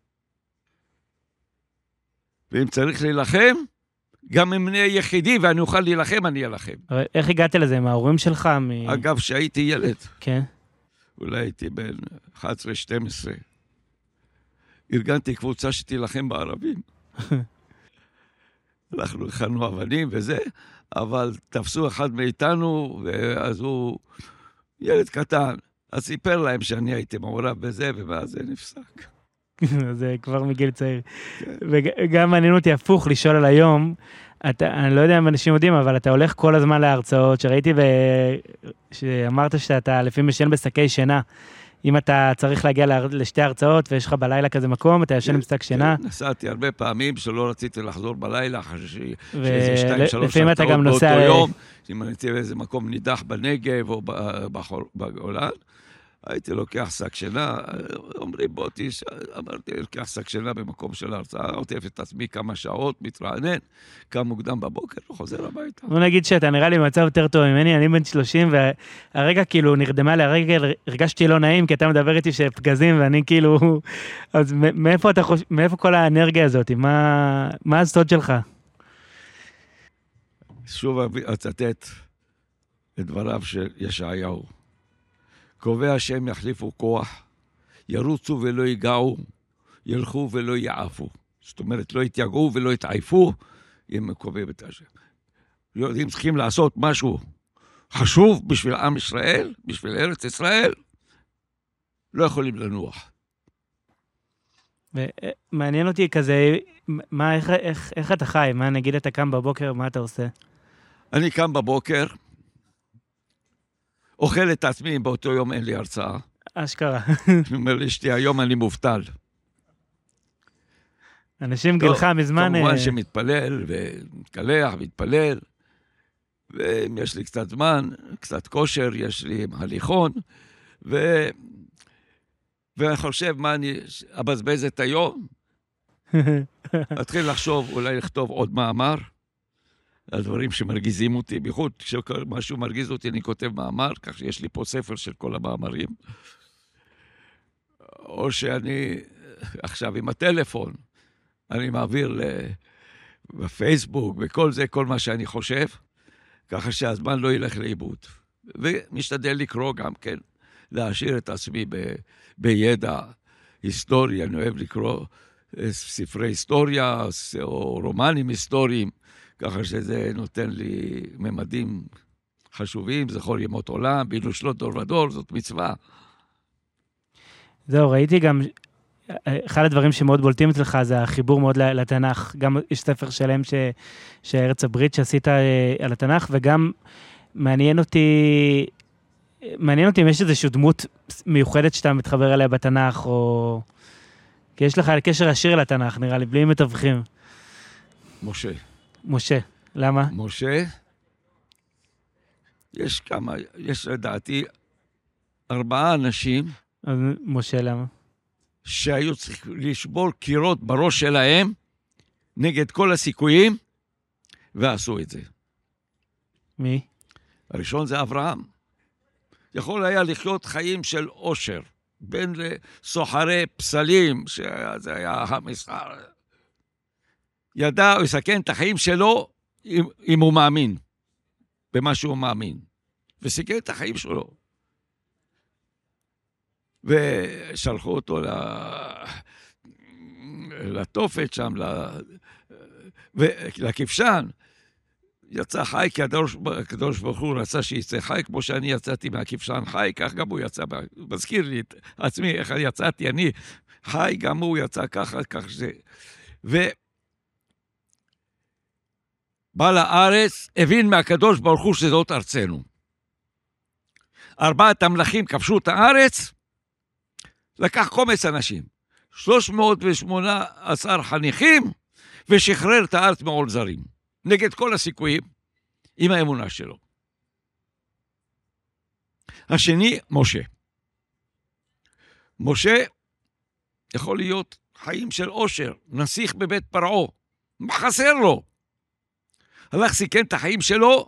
ואם צריך להילחם, גם אם נהיה יחידי ואני אוכל להילחם, אני אלחם. איך הגעת לזה? עם ההורים שלך? אגב, שהייתי ילד. כן. אולי הייתי בן 11-12. ארגנתי קבוצה שתילחם בערבים. אנחנו הכנו אבנים וזה, אבל תפסו אחד מאיתנו, ואז הוא ילד קטן. אז סיפר להם שאני הייתי מעורב בזה, ואז זה נפסק. זה כבר מגיל צעיר. וגם מעניין אותי הפוך לשאול על היום, אני לא יודע אם אנשים יודעים, אבל אתה הולך כל הזמן להרצאות, שראיתי שאמרת שאתה לפעמים ישן בשקי שינה. אם אתה צריך להגיע לשתי הרצאות, ויש לך בלילה כזה מקום, אתה ישן עם שק שינה. נסעתי הרבה פעמים שלא רציתי לחזור בלילה, שזה 2-3 הרצאות באותו יום, אם אני אצא באיזה מקום נידח בנגב או בגולן, הייתי לוקח שק שינה, אומרים בוא תיש, אמרתי, לוקח שק שינה במקום של ההרצאה, עוטף את עצמי כמה שעות, מתרענן, קם מוקדם בבוקר, וחוזר הביתה. בוא נגיד שאתה נראה לי במצב יותר טוב ממני, אני בן 30, והרגע כאילו נרדמה לי, הרגע הרגשתי לא נעים, כי אתה מדבר איתי שפגזים, ואני כאילו, אז מאיפה כל האנרגיה הזאת? מה הסוד שלך? שוב אצטט את דבריו של ישעיהו. קובע שהם יחליפו כוח, ירוצו ולא ייגעו, ילכו ולא יעפו. זאת אומרת, לא יתייגעו ולא יתעייפו, אם קובע את השם. אם צריכים לעשות משהו חשוב בשביל עם ישראל, בשביל ארץ ישראל, לא יכולים לנוח. מעניין אותי כזה, איך אתה חי? מה נגיד אתה קם בבוקר, מה אתה עושה? אני קם בבוקר, אוכל את עצמי, באותו יום אין לי הרצאה. אשכרה. אני אומר לאשתי, היום אני מובטל. אנשים גילך מזמן... כמובן שמתפלל ומתקלח ומתפלל, ואם יש לי קצת זמן, קצת כושר, יש לי הליכון, ואני חושב מה אני אבזבז את היום, אתחיל לחשוב, אולי לכתוב עוד מאמר, הדברים שמרגיזים אותי, בייחוד כשמשהו מרגיז אותי, אני כותב מאמר, כך שיש לי פה ספר של כל המאמרים, או שאני עכשיו עם הטלפון, אני מעביר בפייסבוק, וכל זה, כל מה שאני חושב, ככה שהזמן לא ילך לאיבוד. ומשתדל לקרוא גם כן, להשאיר את עצמי בידע היסטורי, אני אוהב לקרוא ספרי היסטוריה, או רומנים היסטוריים, ככה שזה נותן לי ממדים חשובים, זכור ימות עולם, בילו שנות דור ודור, זאת מצווה. זהו, ראיתי גם, אחד הדברים שמאוד בולטים אצלך זה החיבור מאוד לתנ"ך. גם יש ספר שלם שארץ הברית שעשית על התנ"ך, וגם מעניין אותי אם יש איזושהי דמות מיוחדת שאתה מתחבר אליה בתנ"ך, או... כי יש לך קשר עשיר לתנ"ך, נראה לי, בלי מתווכים. משה. למה? משה, יש לדעתי 4 אנשים. אז משה, למה? שהיו צריכים לשבור קירות בראש שלהם נגד כל הסיכויים, ועשו את זה. מי? הראשון זה אברהם. יכול היה לחיות חיים של עושר, בין לסוחרי פסלים, שזה היה המסחר. ידע, הוא יסכן את החיים שלו, אם הוא מאמין, במה שהוא מאמין. וסיכן את החיים שלו. ושלחו אותו לתופת שם, לכבשן. יצא חי, כי הקדוש ברוך הוא רצה שיצא חי, כמו שאני יצאתי מהכבשן חי, כך גם הוא יצא, מזכיר לי את עצמי, איך אני יצאתי, אני חי, גם הוא יצא ככה, כך שזה. בא לארץ, הבין מהקדוש ברוך הוא שזאת ארצנו. 4 המלכים כבשו את הארץ, לקח קומץ אנשים, 318 חניכים, ושחרר את הארץ מעול זרים, נגד כל הסיכויים, עם האמונה שלו. השני, משה. משה יכול להיות חיים של עושר, נסיך בבית פרעה, מה חסר לו? הלך סיכן את החיים שלו,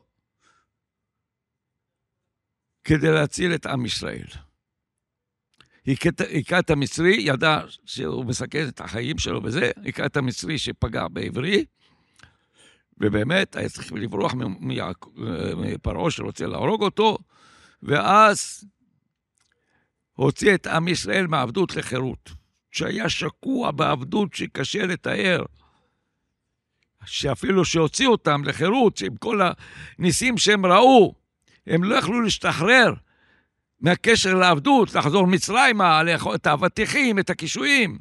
כדי להציל את עם ישראל. היכה את המצרי, ידע שהוא מסכן את החיים שלו בזה, היכה את המצרי שפגע בעברי, ובאמת היה צריך לברוח מפרעה שרוצה להרוג אותו, ואז הוציא את עם ישראל מעבדות לחירות, שהיה שקוע בעבדות שקשה לתאר, שאפילו שהוציא אותם לחירות, שעם כל הניסים שהם ראו, הם לא יכלו להשתחרר מהקשר לעבדות, לחזור מצרימה, לאכול את האבטיחים, את הקישואים.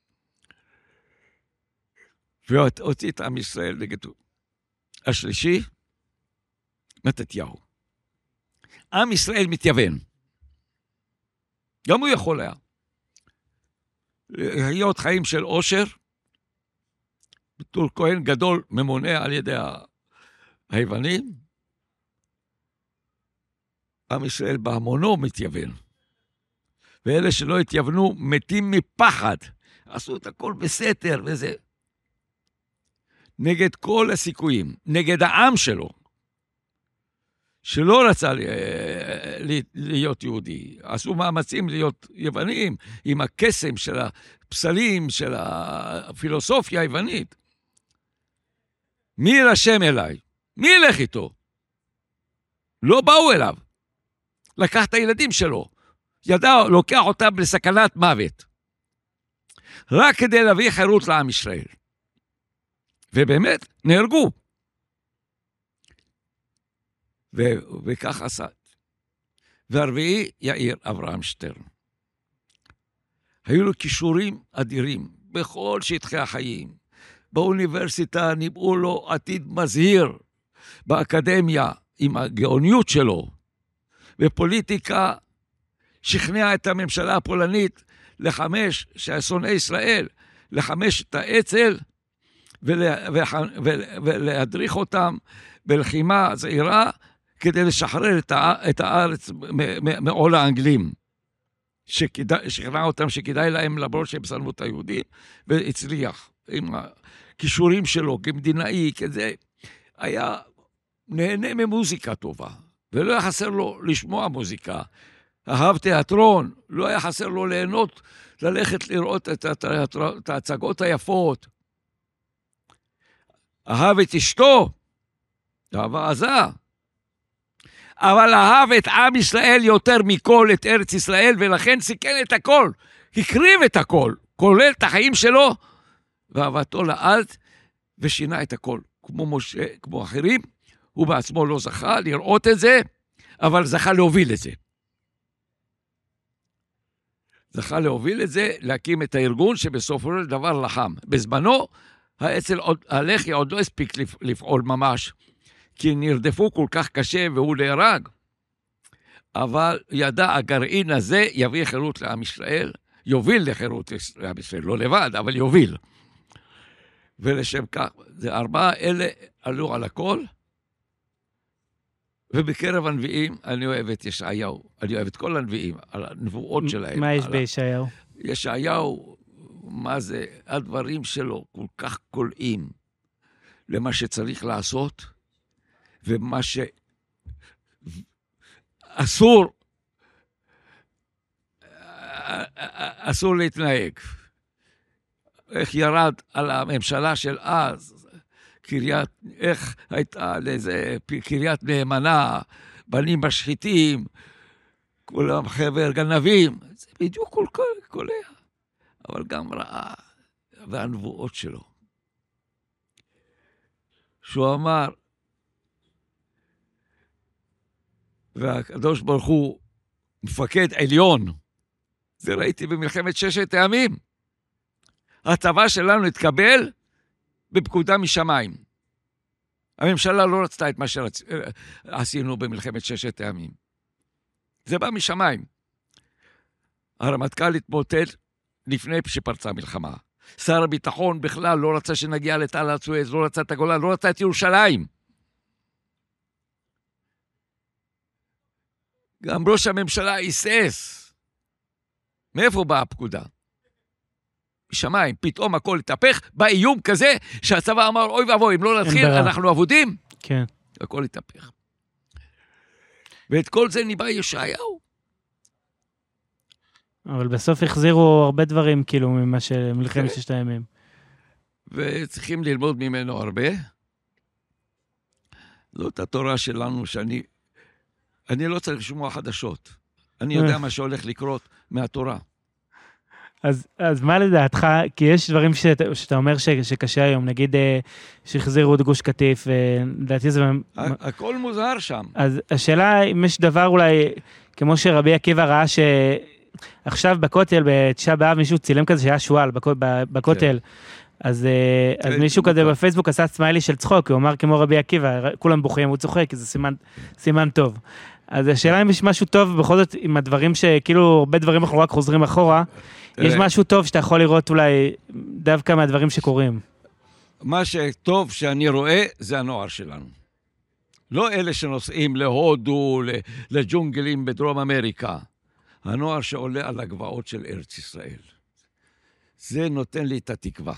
והוציא את עם ישראל נגד. השלישי, מתתיהו. עם ישראל מתייוון. גם הוא יכול היה. להיות חיים של עושר, בתור כהן גדול ממונה על ידי היוונים, עם ישראל בהמונו מתייוון. ואלה שלא התייוונו מתים מפחד. עשו את הכל בסתר וזה. נגד כל הסיכויים, נגד העם שלו, שלא רצה להיות יהודי. עשו מאמצים להיות יוונים, עם הקסם של הפסלים, של הפילוסופיה היוונית. מי יירשם אליי? מי ילך איתו? לא באו אליו. לקח את הילדים שלו. ידע, לוקח אותם לסכנת מוות. רק כדי להביא חירות לעם ישראל. ובאמת, נהרגו. וכך עשה. והרביעי, יאיר אברהם שטרן. היו לו כישורים אדירים, בכל שטחי החיים. באוניברסיטה ניבאו לו עתיד מזהיר, באקדמיה, עם הגאוניות שלו. בפוליטיקה, שכנע את הממשלה הפולנית לחמש, ששונאי ישראל, לחמש את האצ"ל, ולהדריך אותם בלחימה זהירה, כדי לשחרר את הארץ מעול האנגלים. שכנע אותם שכדאי להם למרות שהם שמו את היהודים, והצליח עם הכישורים שלו כמדינאי, כזה, היה נהנה ממוזיקה טובה, ולא היה חסר לו לשמוע מוזיקה. אהב תיאטרון, לא היה חסר לו ליהנות, ללכת לראות את ההצגות היפות. אהב את אשתו, אהבה עזה, אבל אהב את עם ישראל יותר מכל, את ארץ ישראל, ולכן סיכן את הכל, הקריב את הכל, כולל את החיים שלו, ואהבתו לעד, ושינה את הכל, כמו משה, כמו אחרים. הוא בעצמו לא זכה לראות את זה, אבל זכה להוביל את זה. זכה להוביל את זה, להקים את הארגון שבסופו של דבר לחם. בזמנו, הלח"י עוד לא הספיק לפעול ממש, כי נרדפו כל כך קשה והוא נהרג. אבל ידע, הגרעין הזה יביא חירות לעם ישראל, יוביל לחירות לעם ישראל, לא לבד, אבל יוביל. ולשם כך, זה 4 אלה עלו על הכל, ובקרב הנביאים, אני אוהב את ישעיהו, אני אוהב את כל הנביאים, על הנבואות שלהם. מה יש בישעיהו? ישעיהו, מה זה, הדברים שלו כל כך קולעים למה שצריך לעשות, ומה שאסור, אסור להתנהג. איך ירד על הממשלה של אז, איך הייתה לאיזה קריית נאמנה, בנים משחיתים, כולם חבר גנבים, זה בדיוק קולע, אבל גם ראה, והנבואות שלו. שהוא אמר, והקדוש ברוך הוא מפקד עליון, זה ראיתי במלחמת 6 הימים, הצבא שלנו התקבל בפקודה משמיים. הממשלה לא רצתה את מה שעשינו במלחמת 6 הימים. זה בא משמיים. הרמטכ"ל התמוטט לפני שפרצה מלחמה. שר הביטחון בכלל לא רצה שנגיע לתעלת סואץ, לא רצה את הגולן, לא רצה את ירושלים. גם ראש הממשלה היסס. מאיפה באה הפקודה? משמיים, פתאום הכל התהפך, בא איום כזה, שהצבא אמר, אוי ואבוי, אם לא נתחיל, אנחנו עבודים. כן. הכל התהפך. ואת כל זה ניבא ישעיהו. אבל בסוף החזירו הרבה דברים, כאילו, ממה שמלחמת 6 הימים. וצריכים ללמוד ממנו הרבה. זאת התורה שלנו, אני לא צריך לשמוע חדשות. אני יודע מה שהולך לקרות מהתורה. אז מה לדעתך, כי יש דברים שאתה אומר שקשה היום, נגיד שהחזירו את גוש קטיף, לדעתי זה... הכל מוזר שם. אז השאלה אם יש דבר אולי, כמו שרבי עקיבא ראה שעכשיו בכותל, בתשעה באב, מישהו צילם כזה שהיה שואל בכותל, אז מישהו כזה בפייסבוק עשה סמיילי של צחוק, הוא אמר כמו רבי עקיבא, כולם בוכים, הוא צוחק, כי זה סימן טוב. אז השאלה אם יש משהו טוב בכל זאת עם הדברים שכאילו הרבה דברים אנחנו רק חוזרים אחורה, יש משהו טוב שאתה יכול לראות אולי דווקא מהדברים שקורים. מה שטוב שאני רואה זה הנוער שלנו. לא אלה שנוסעים להודו, לג'ונגלים בדרום אמריקה. הנוער שעולה על הגבעות של ארץ ישראל. זה נותן לי את התקווה.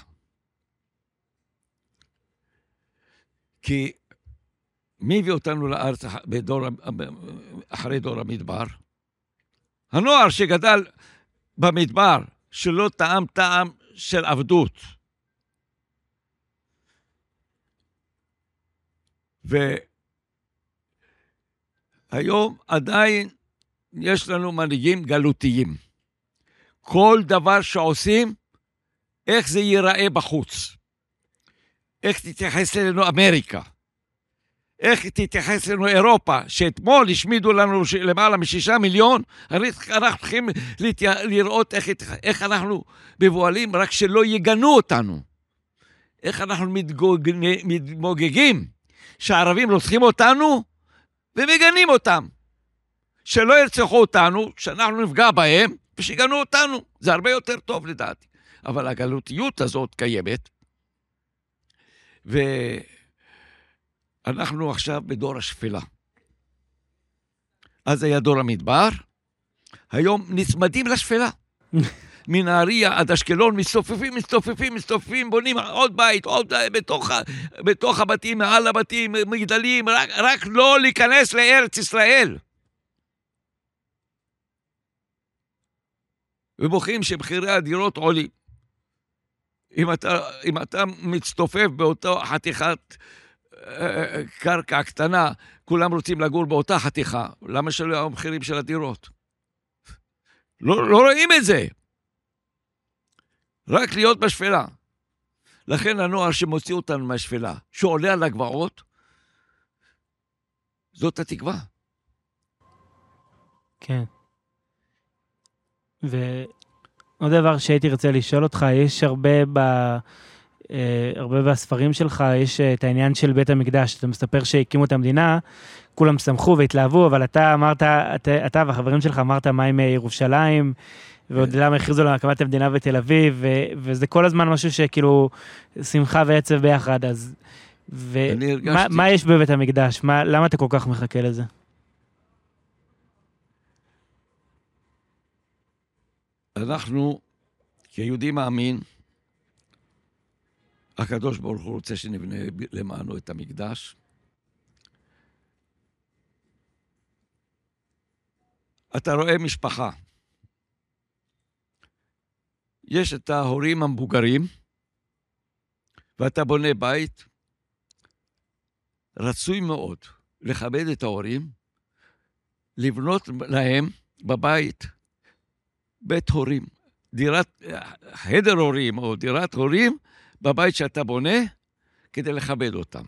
כי מי הביא אותנו לארץ אחרי דור המדבר? הנוער שגדל במדבר, שלא טעם של עבדות. והיום עדיין יש לנו מנהיגים גלותיים. כל דבר שעושים, איך זה ייראה בחוץ. איך תתייחס אלינו אמריקה. איך תתייחס לנו אירופה, שאתמול השמידו לנו למעלה מ6 מיליון, אנחנו צריכים לראות איך אנחנו מבועלים, רק שלא יגנו אותנו. איך אנחנו מתמוגגים, שהערבים לוקחים אותנו ומגנים אותם. שלא ירצחו אותנו, שאנחנו נפגע בהם, ושיגנו אותנו. זה הרבה יותר טוב לדעתי. אבל הגלותיות הזאת קיימת, אנחנו עכשיו בדור השפלה. אז היה דור המדבר, היום נצמדים לשפלה. מנהריה עד אשקלון מסתופפים, בונים עוד בית, עוד בתוך הבתים, מעל הבתים, מגדלים, רק לא להיכנס לארץ ישראל. ובוכים שמחירי הדירות עולים. אם אתה מצטופף באותו חתיכת קרקע קטנה, כולם רוצים לגור באותה חתיכה, למה שלא יהיו המחירים של הדירות? לא רואים את זה. רק להיות בשפלה. לכן הנוער שמוציא אותנו מהשפלה, שעולה על הגבעות, זאת התקווה. כן. עוד דבר שהייתי רוצה לשאול אותך, יש הרבה בספרים שלך, יש את העניין של בית המקדש, אתה מספר שהקימו את המדינה, כולם שמחו והתלהבו, אבל אתה אמרת, אתה והחברים שלך אמרת מה עם ירושלים, ועוד למה הכריזו על הקמת המדינה בתל אביב, וזה כל הזמן משהו שכאילו שמחה ועצב ביחד, אז מה יש בבית המקדש? למה אתה כל כך מחכה לזה? אנחנו, כיהודי מאמין, הקדוש ברוך הוא רוצה שנבנה למענו את המקדש. אתה רואה משפחה. יש את ההורים המבוגרים, ואתה בונה בית. רצוי מאוד לכבד את ההורים, לבנות להם בבית בית הורים, חדר הורים או דירת הורים בבית שאתה בונה כדי לכבד אותם.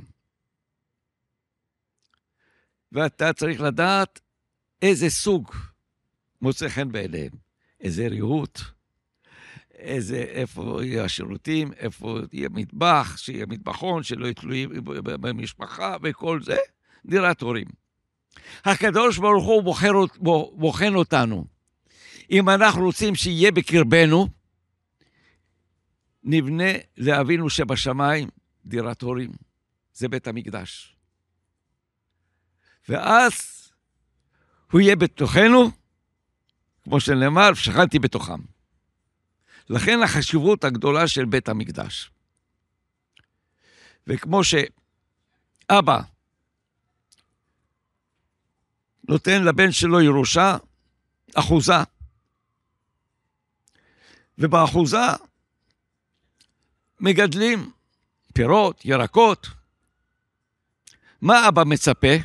ואתה צריך לדעת איזה סוג מוצא חן בעיניהם, איזה ריהוט, איפה יהיה השירותים, איפה יהיה מטבח, שיהיה מטבחון, שלא יתלויים במשפחה וכל זה, דירת הורים. הקדוש ברוך הוא בוחן אותנו. אם אנחנו רוצים שיהיה בקרבנו, נבנה לאבינו שבשמיים דירת הורים. זה בית המקדש. ואז הוא יהיה בתוכנו, כמו שנאמר, שכנתי בתוכם. לכן החשיבות הגדולה של בית המקדש. וכמו שאבא נותן לבן שלו ירושה, אחוזה. ובאחוזה מגדלים פירות, ירקות. מה אבא מצפה?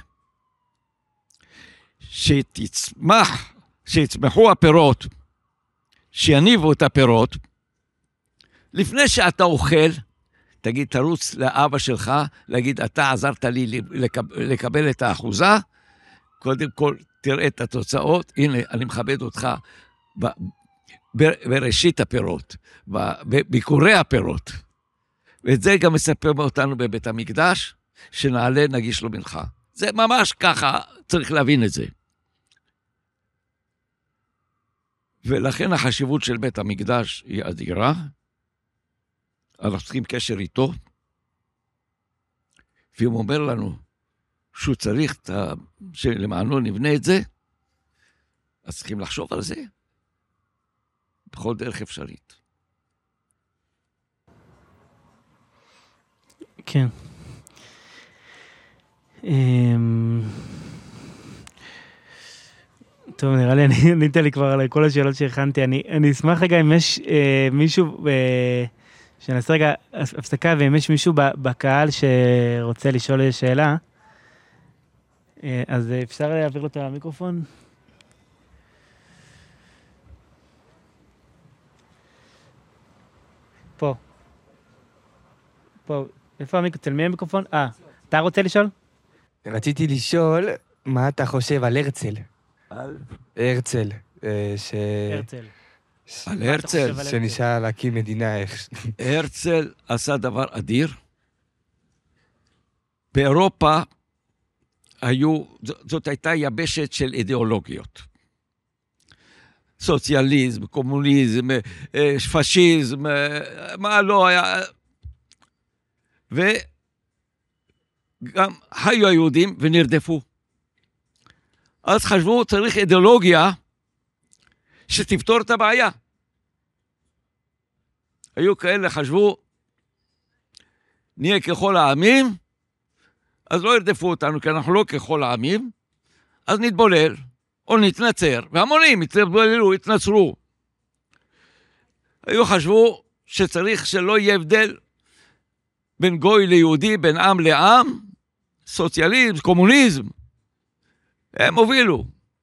שיצמחו הפירות, שיניבו את הפירות. לפני שאתה אוכל, תגיד, תרוץ לאבא שלך, להגיד, אתה עזרת לי לקבל את האחוזה, קודם כל תראה את התוצאות, הנה אני מכבד אותך בראשית הפירות, בביקורי הפירות. ואת זה גם מספר אותנו בבית המקדש, שנעלה נגיש לו מנחה. זה ממש ככה, צריך להבין את זה. ולכן החשיבות של בית המקדש היא אדירה, אנחנו צריכים קשר איתו, והוא אומר לנו שהוא צריך שלמענו נבנה את זה, אז צריכים לחשוב על זה בכל דרך אפשרית. כן. טוב, נראה לי, ענית לי כבר על כל השאלות שהכנתי. אני אשמח רגע אם יש מישהו, שנעשה רגע הפסקה, ואם יש מישהו בקהל שרוצה לשאול שאלה, אז אפשר להעביר לו את המיקרופון? פה. איפה המיקרופון? אצל מי המיקרופון? אתה רוצה לשאול? רציתי לשאול, מה אתה חושב על הרצל? על הרצל. הרצל. על הרצל. שניסה להקים מדינה איך. הרצל עשה דבר אדיר. באירופה זאת הייתה יבשת של אידיאולוגיות. סוציאליזם, קומוניזם, פשיזם, מה לא היה. וגם היו היהודים ונרדפו. אז חשבו, צריך אידיאולוגיה שתפתור את הבעיה. היו כאלה חשבו, נהיה ככל העמים, אז לא ירדפו אותנו, כי אנחנו לא ככל העמים, אז נתבולל, או נתנצר, והמונים יתבוללו, יתנצרו. היו חשבו שצריך שלא יהיה הבדל בין גוי ליהודי, בין עם לעם, סוציאליזם, קומוניזם. הם הובילו.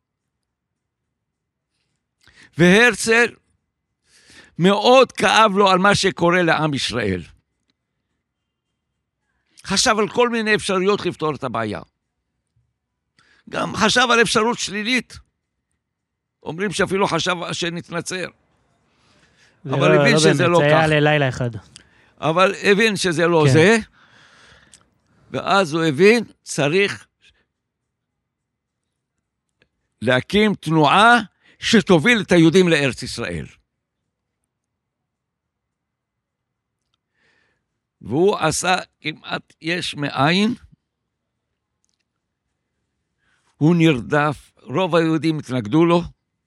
והרצל מאוד כאב לו על מה שקורה לעם ישראל. חשב על כל מיני אפשרויות לפתור את הבעיה. גם חשב על אפשרות שלילית. אומרים שאפילו חשב שנתנצר. אבל הבין שזה לא באמת, זה היה כך. ללילה אחד. אבל הבין שזה לא כן. זה, ואז הוא הבין, צריך להקים תנועה שתוביל את היהודים לארץ ישראל. והוא עשה כמעט יש מאין, הוא נרדף, רוב היהודים התנגדו לו,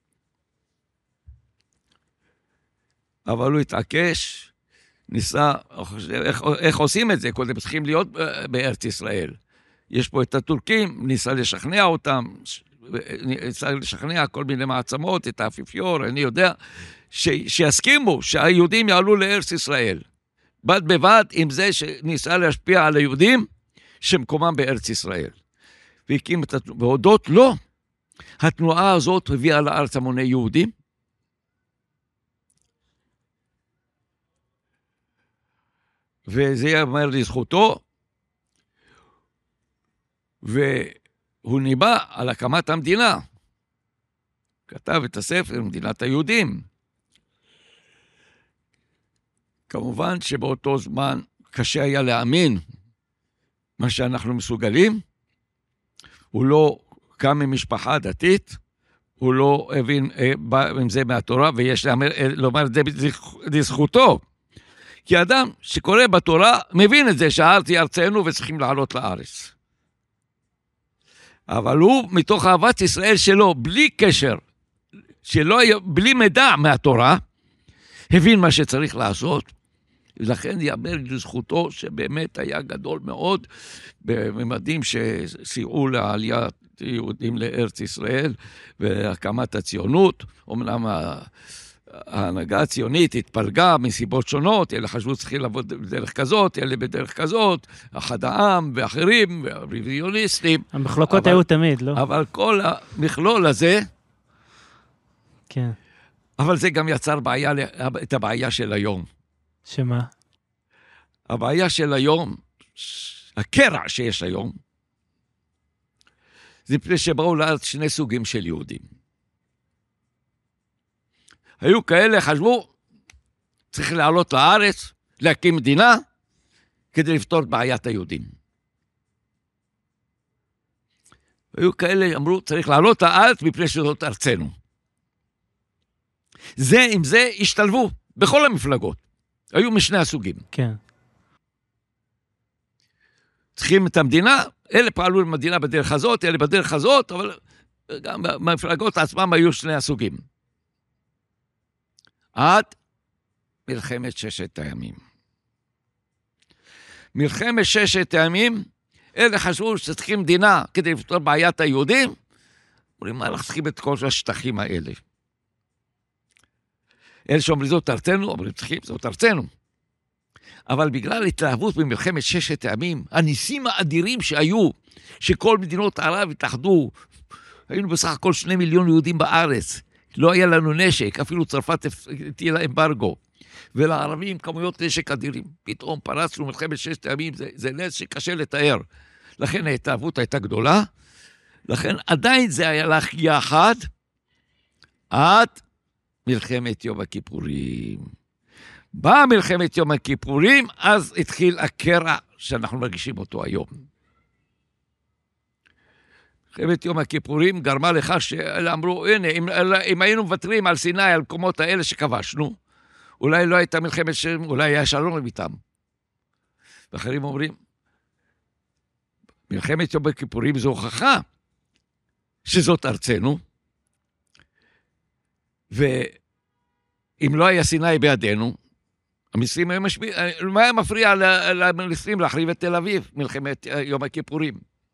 אבל הוא התעקש, ניסה, איך עושים את זה? קודם צריכים להיות בארץ ישראל. יש פה את הטורקים, ניסה לשכנע אותם, ניסה לשכנע כל מיני מעצמות, את האפיפיור, אני יודע, שיסכימו שהיהודים יעלו לארץ ישראל. בד בבד עם זה שניסה להשפיע על היהודים שמקומם בארץ ישראל. והקים את התנועה, והודות לו, התנועה הזאת הביאה לארץ המוני יהודים, וזה יאמר לזכותו, והוא ניבא על הקמת המדינה. כתב את הספר, מדינת היהודים. כמובן שבאותו זמן קשה היה להאמין מה שאנחנו מסוגלים. הוא לא קם ממשפחה דתית, הוא לא הבין עם זה מהתורה, ויש לומר את זה לזכותו. כי אדם שקורא בתורה מבין את זה שהארץ היא ארצנו וצריכים לעלות לארץ. אבל הוא מתוך אהבת ישראל שלו, בלי קשר, בלי מידע מהתורה, הבין מה שצריך לעשות, ולכן יאמר לזכותו שבאמת היה גדול מאוד, בממדים שסייעו לעליית יהודים לארץ ישראל, והקמת הציונות. אמנם ההנהגה הציונית התפלגה מסיבות שונות, אלה חשבו צריכים לעבוד בדרך כזאת, אלה בדרך כזאת, אחד העם ואחרים, והרוויזיוניסטים. המחלוקות היו תמיד, לא? אבל כל המכלול הזה, כן. אבל זה גם יצר את הבעיה של היום. שמה? הבעיה של היום, הקרע שיש היום, זה מפני שבאו לארץ שני סוגים של יהודים. היו כאלה חשבו, צריך לעלות לארץ, להקים מדינה, כדי לפתור את בעיית היהודים. היו כאלה אמרו, צריך לעלות לארץ מפני שזאת ארצנו. זה עם זה השתלבו בכל המפלגות. היו משני הסוגים. כן. צריכים את המדינה, אלה פעלו למדינה בדרך הזאת, אלה בדרך הזאת, אבל גם במפלגות עצמם היו שני הסוגים. עד מלחמת ששת הימים. מלחמת ששת הימים, אלה חשבו שצריכים מדינה כדי לפתור בעיית היהודים, אומרים, מה אנחנו צריכים את כל השטחים האלה? אלה שאומרים, זאת ארצנו, אומרים, צריכים, זאת ארצנו. אבל בגלל התלהבות במלחמת ששת הימים, הניסים האדירים שהיו, שכל מדינות ערב התאחדו, היינו בסך הכל 2 מיליון יהודים בארץ, לא היה לנו נשק, אפילו צרפת הטילה אמברגו, ולערבים כמויות נשק אדירים. פתאום פרצנו מלחמת ששת הימים, זה נס שקשה לתאר. לכן ההתלהבות הייתה גדולה, לכן עדיין זה היה לך יחד, עד מלחמת יום הכיפורים. באה מלחמת יום הכיפורים, אז התחיל הקרע שאנחנו מרגישים אותו היום. מלחמת יום הכיפורים גרמה לכך שאלה אמרו, הנה, אם היינו מוותרים על סיני, על מקומות האלה שכבשנו, אולי לא הייתה מלחמת שם, אולי היה שלום איתם. ואחרים אומרים, מלחמת יום הכיפורים זו הוכחה שזאת ארצנו, ואם לא היה סיני בידינו, המצרים היו משפיעים, מה היה מפריע למצרים להחריב את תל אביב, מלחמת יום הכיפורים?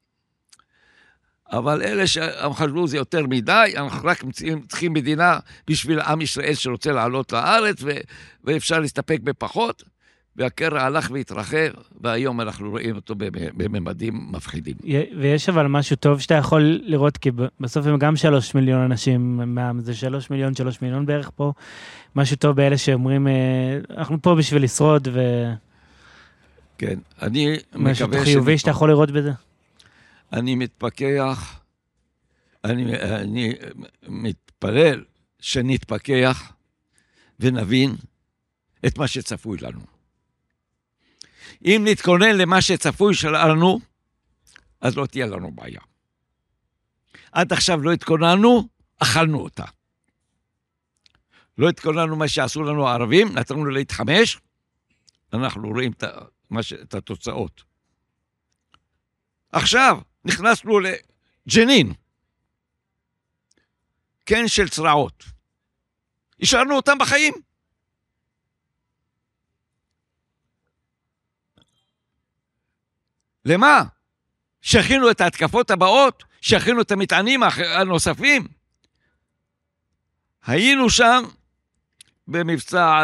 אבל אלה שחשבו זה יותר מדי, אנחנו רק צריכים מדינה בשביל עם ישראל שרוצה לעלות לארץ, ואפשר להסתפק בפחות, והקרע הלך והתרחב, והיום אנחנו רואים אותו בממדים מפחידים. ויש אבל משהו טוב שאתה יכול לראות, כי בסוף הם גם 3 מיליון אנשים, זה 3 מיליון בערך פה, משהו טוב באלה שאומרים, אנחנו פה בשביל לשרוד, כן, אני מקווה משהו חיובי שאתה יכול לראות בזה. אני מתפכח, אני מתפלל שנתפכח ונבין את מה שצפוי לנו. אם נתכונן למה שצפוי לנו, אז לא תהיה לנו בעיה. עד עכשיו לא התכוננו, אכלנו אותה. לא התכוננו מה שעשו לנו הערבים, נתנו להתחמש, אנחנו רואים את התוצאות. עכשיו נכנסנו לג'נין, כן של צרעות. השארנו אותם בחיים. למה? שכינו את ההתקפות הבאות, שכינו את המטענים הנוספים. היינו שם במבצע,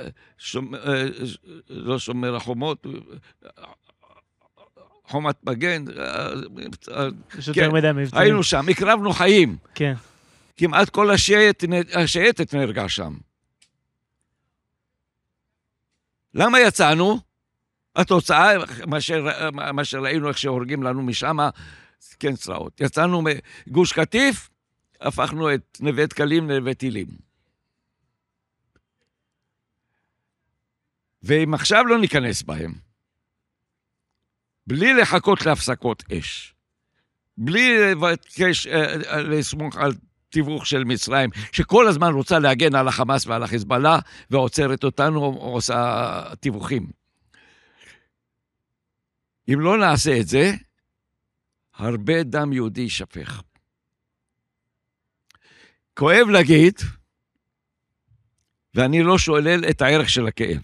לא שומר החומות, חומת מגן, היינו שם, הקרבנו חיים. כן. כמעט כל השייטת נהרגה שם. למה יצאנו? התוצאה, מה שראינו איך שהורגים לנו משם, כן צרעות. יצאנו מגוש קטיף, הפכנו את נווה דקלים לנווה טילים. ואם עכשיו לא ניכנס בהם, בלי לחכות להפסקות אש, בלי לבקש לסמוך על תיווך של מצרים, שכל הזמן רוצה להגן על החמאס ועל החיזבאללה, ועוצרת אותנו, עושה תיווכים. אם לא נעשה את זה, הרבה דם יהודי יישפך. כואב להגיד, ואני לא שולל את הערך של הכאב.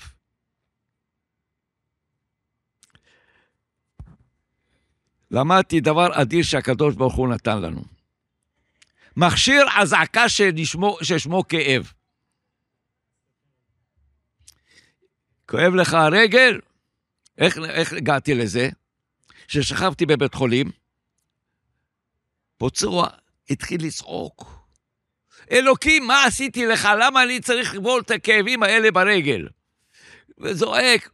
למדתי דבר אדיר שהקדוש ברוך הוא נתן לנו. מכשיר הזעקה ששמו כאב. כואב לך הרגל? איך הגעתי לזה? ששכבתי בבית חולים, פוצוע, התחיל לצעוק. אלוקים, מה עשיתי לך? למה אני צריך לבול את הכאבים האלה ברגל? וזועק.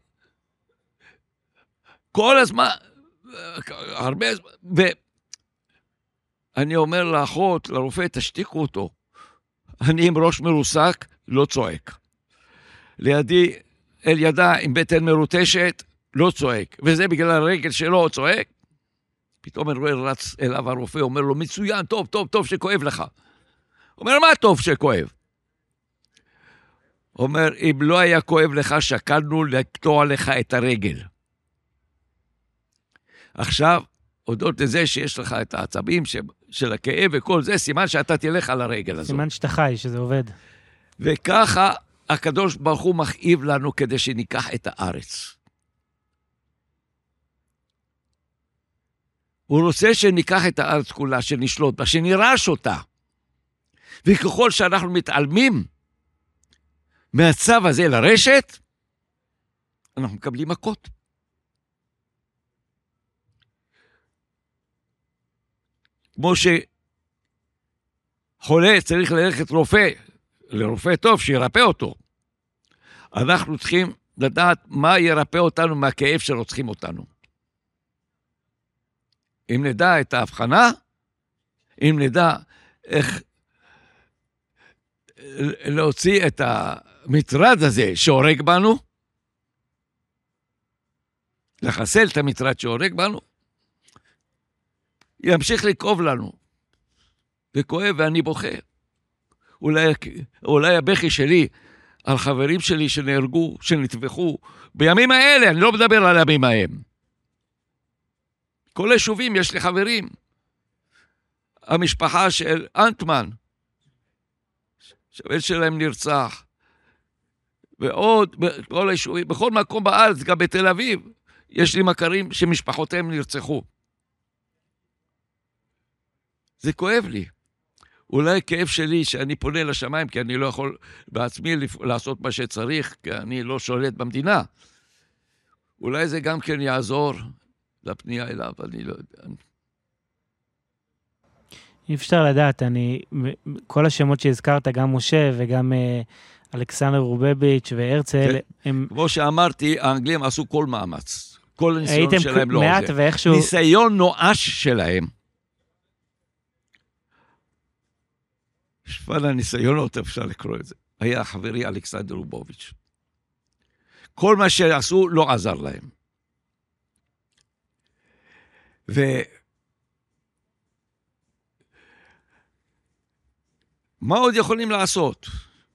כל הזמן, הרבה זמן, ואני אומר לאחות, לרופא, תשתיקו אותו. אני עם ראש מרוסק, לא צועק. לידי, אל ידה עם בטן מרוטשת, לא צועק. וזה בגלל הרגל שלו צועק. פתאום אני רואה רץ אליו הרופא, אומר לו, מצוין, טוב, טוב, טוב שכואב לך. אומר, מה טוב שכואב? אומר, אם לא היה כואב לך, שקלנו לקטוע לך את הרגל. עכשיו, הודות לזה שיש לך את העצבים של הכאב וכל זה, סימן שאתה תלך על הרגל הזאת. סימן שאתה חי, שזה עובד. וככה הקדוש ברוך הוא מכאיב לנו כדי שניקח את הארץ. הוא רוצה שניקח את הארץ כולה, שנשלוט בה, שנירש אותה. וככל שאנחנו מתעלמים מהצו הזה לרשת, אנחנו מקבלים מכות. כמו שחולה צריך ללכת לרופא טוב שירפא אותו. אנחנו צריכים לדעת מה ירפא אותנו מהכאב שרוצחים אותנו. אם נדע את ההבחנה, אם נדע איך להוציא את המטרד הזה שהורג בנו, לחסל את המטרד שהורג בנו, ימשיך לכאוב לנו. וכואב ואני בוכה. אולי הבכי שלי על חברים שלי שנהרגו, שנטבחו, בימים האלה, אני לא מדבר על הימים ההם. כל היישובים יש לי חברים. המשפחה של אנטמן, שהבן שלהם נרצח. ועוד, בכל היישובים, בכל מקום בארץ, גם בתל אביב, יש לי מכרים שמשפחותיהם נרצחו. זה כואב לי. אולי כאב שלי שאני פונה לשמיים, כי אני לא יכול בעצמי לעשות מה שצריך, כי אני לא שולט במדינה. אולי זה גם כן יעזור לפנייה אליו, אני לא יודע. אי אפשר לדעת, כל השמות שהזכרת, גם משה וגם אלכסנדר רובביץ' והרצל, כן. הם... כמו שאמרתי, האנגלים עשו כל מאמץ. כל הניסיון שלהם לא מעט עוזר. ואיכשהו... ניסיון נואש שלהם. שפן הניסיונות, אפשר לקרוא את זה. היה חברי אלכסנדר רובוביץ'. כל מה שעשו לא עזר להם. מה עוד יכולים לעשות?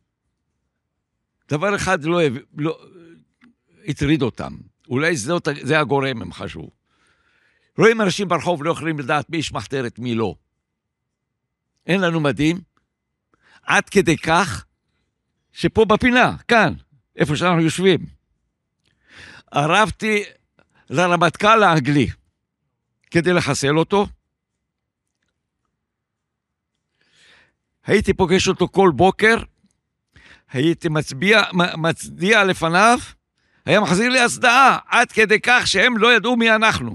דבר אחד לא הטריד אותם. אולי זה הגורם, הם חשבו. רואים אנשים ברחוב לא יכולים לדעת מי יש מחתרת, מי לא. אין לנו מדים, עד כדי כך שפה בפינה, כאן, איפה שאנחנו יושבים, ערבתי לרמטכ"ל האנגלי כדי לחסל אותו. הייתי פוגש אותו כל בוקר, הייתי מצדיע לפניו, היה מחזיר לי הצדעה, עד כדי כך שהם לא ידעו מי אנחנו.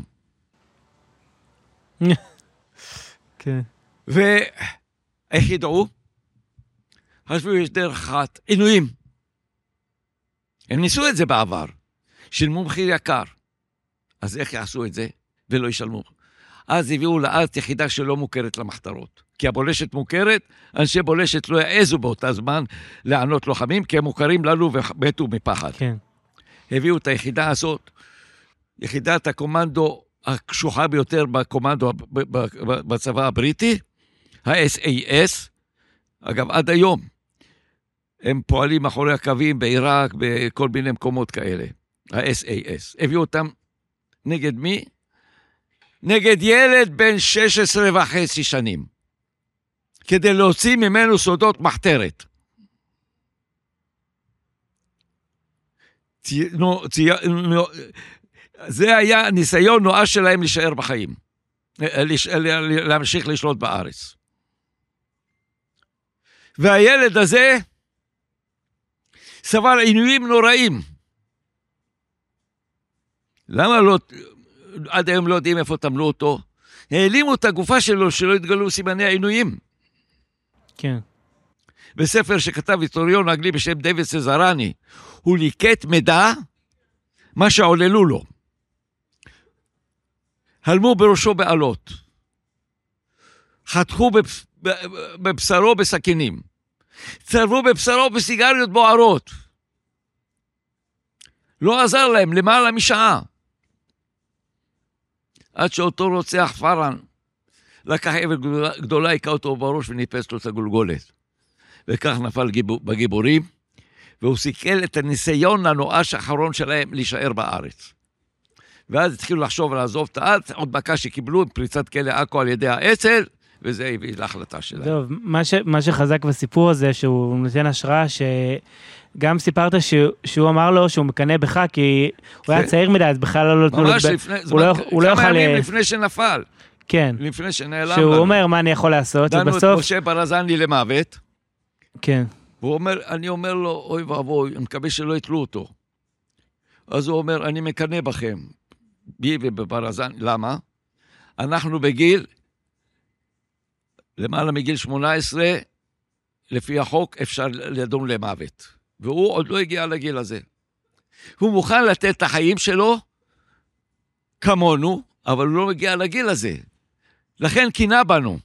כן. ואיך ידעו? חשבו יש דרך אחת, עינויים. הם ניסו את זה בעבר, שילמו מחיר יקר. אז איך יעשו את זה? ולא ישלמו. אז הביאו לארץ יחידה שלא מוכרת למחתרות. כי הבולשת מוכרת, אנשי בולשת לא יעזו באותה זמן לענות לוחמים, כי הם מוכרים לנו ומתו מפחד. כן. הביאו את היחידה הזאת, יחידת הקומנדו הקשוחה ביותר בקומנדו בצבא הבריטי, ה-SAS, אגב עד היום, הם פועלים מאחורי הקווים בעיראק, בכל מיני מקומות כאלה, ה-SAS. הביאו אותם נגד מי? נגד ילד בן 16.5 שנים, כדי להוציא ממנו סודות מחתרת. זה היה ניסיון נואש שלהם להישאר בחיים, להמשיך לשלוט בארץ. והילד הזה סבל עינויים נוראים. למה לא, עד היום לא יודעים איפה תמלו אותו? העלימו את הגופה שלו שלא התגלו סימני העינויים. כן. בספר שכתב היסטוריון אנגלי בשם דיוויד סזרני, הוא ליקט מידע מה שעוללו לו. הלמו בראשו בעלות, חתכו בבשרו בסכינים, צרבו בבשרו בסיגריות בוערות. לא עזר להם למעלה משעה. עד שאותו רוצח פרן לקח אבן גדולה, היכה אותו בראש וניפס לו את הגולגולת. וכך נפל בגיבורים, והוא סיכל את הניסיון הנואש האחרון שלהם להישאר בארץ. ואז התחילו לחשוב ולעזוב את הארץ, עוד מכה שקיבלו עם פריצת כלא עכו על ידי האצ"ל, וזה הביא להחלטה שלהם. טוב, מה שחזק בסיפור הזה, שהוא נותן השראה, שגם סיפרת שהוא אמר לו שהוא מקנא בך, כי הוא היה צעיר מדי, אז בכלל לא נתנו לו... ממש לפני, כמה ימים לפני שנפל. כן. לפני שנעלם לנו. שהוא אומר מה אני יכול לעשות, דנו ובסוף... את משה ברזני למוות. כן. אני אומר לו, אוי ואבוי, אני מקווה שלא יתלו אותו. אז הוא אומר, אני מקנא בכם, בי ובברזני. למה? אנחנו בגיל, למעלה מגיל 18, לפי החוק אפשר לדון למוות. והוא עוד לא הגיע לגיל הזה. הוא מוכן לתת את החיים שלו, כמונו, אבל הוא לא הגיע לגיל הזה. לכן קינה בנו.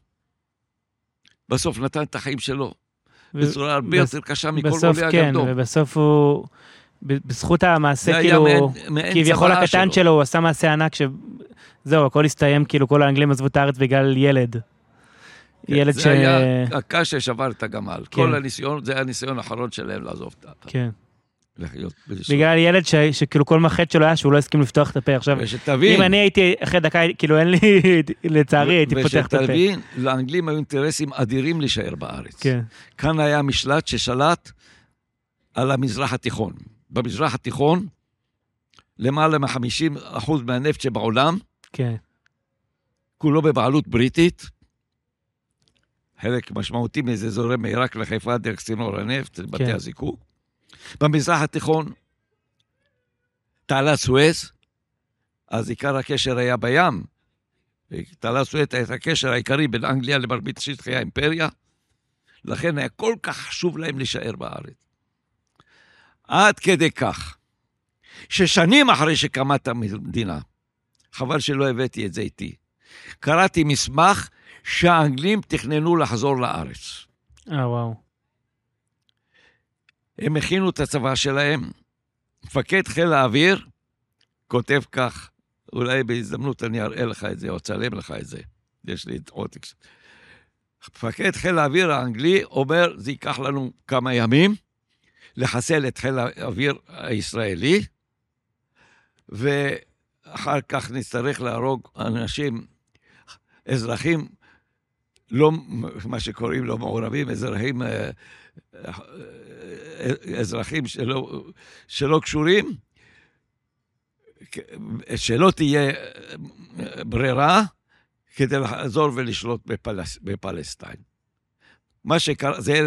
בסוף נתן את החיים שלו. בצורה הרבה יותר קשה מכל עולי הגרדום. כן, ובסוף הוא, בזכות המעשה, כאילו, כביכול הקטן שלו, הוא עשה מעשה ענק, שזהו, הכל הסתיים, כאילו, כל האנגלים עזבו את הארץ בגלל ילד. ילד זה היה הקש ששבר את הגמל. כל הניסיון, זה היה הניסיון האחרון שלהם לעזוב את הארץ. כן. לחיות. בגלל ילד שכאילו כל מחט שלו היה שהוא לא הסכים לפתוח את הפה. עכשיו, אם אני הייתי אחרי דקה, כאילו אין לי, לצערי הייתי פותח את הפה. ושתבין, לאנגלים היו אינטרסים אדירים להישאר בארץ. כן. כאן היה משלט ששלט על המזרח התיכון. במזרח התיכון, למעלה מ-50% מהנפט שבעולם, כן. כולו בבעלות בריטית, חלק משמעותי מזה זורם מעיראק לחיפה דרך צינור הנפט, לבתי הזיקוק. במזרח התיכון, תעלת סואץ, אז עיקר הקשר היה בים, תעלת סואץ היה הקשר העיקרי בין אנגליה למרבית שטחי האימפריה, לכן היה כל כך חשוב להם להישאר בארץ. עד כדי כך, ששנים אחרי שקמת המדינה, חבל שלא הבאתי את זה איתי, קראתי מסמך שהאנגלים תכננו לחזור לארץ. וואו. הם הכינו את הצבא שלהם, מפקד חיל האוויר כותב כך, אולי בהזדמנות אני אראה לך את זה, או אצלם לך את זה. יש לי את עותק. מפקד חיל האוויר האנגלי אומר, זה ייקח לנו כמה ימים, לחסל את חיל האוויר הישראלי, ואחר כך נצטרך להרוג אנשים, אזרחים, לא מה שקוראים לו מעורבים, אזרחים שלא קשורים, שלא תהיה ברירה, כדי לחזור ולשלוט בפלסטין. מה שקרה, זה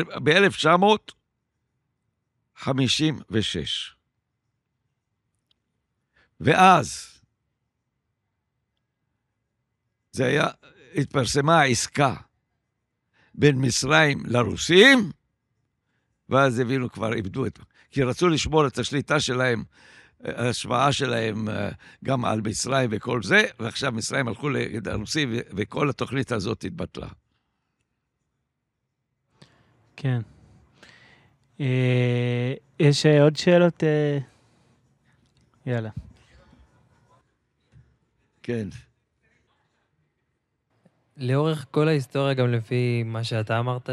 ב-1956. ואז, זה היה, התפרסמה העסקה בין מצרים לרוסים, ואז הבינו כבר, איבדו את... כי רצו לשמור את השליטה שלהם, ההשפעה שלהם גם על מצרים וכל זה, ועכשיו מצרים הלכו לרוסים, וכל התוכנית הזאת התבטלה. כן. יש עוד שאלות? יאללה. כן. לאורך כל ההיסטוריה, גם לפי מה שאתה אמרת,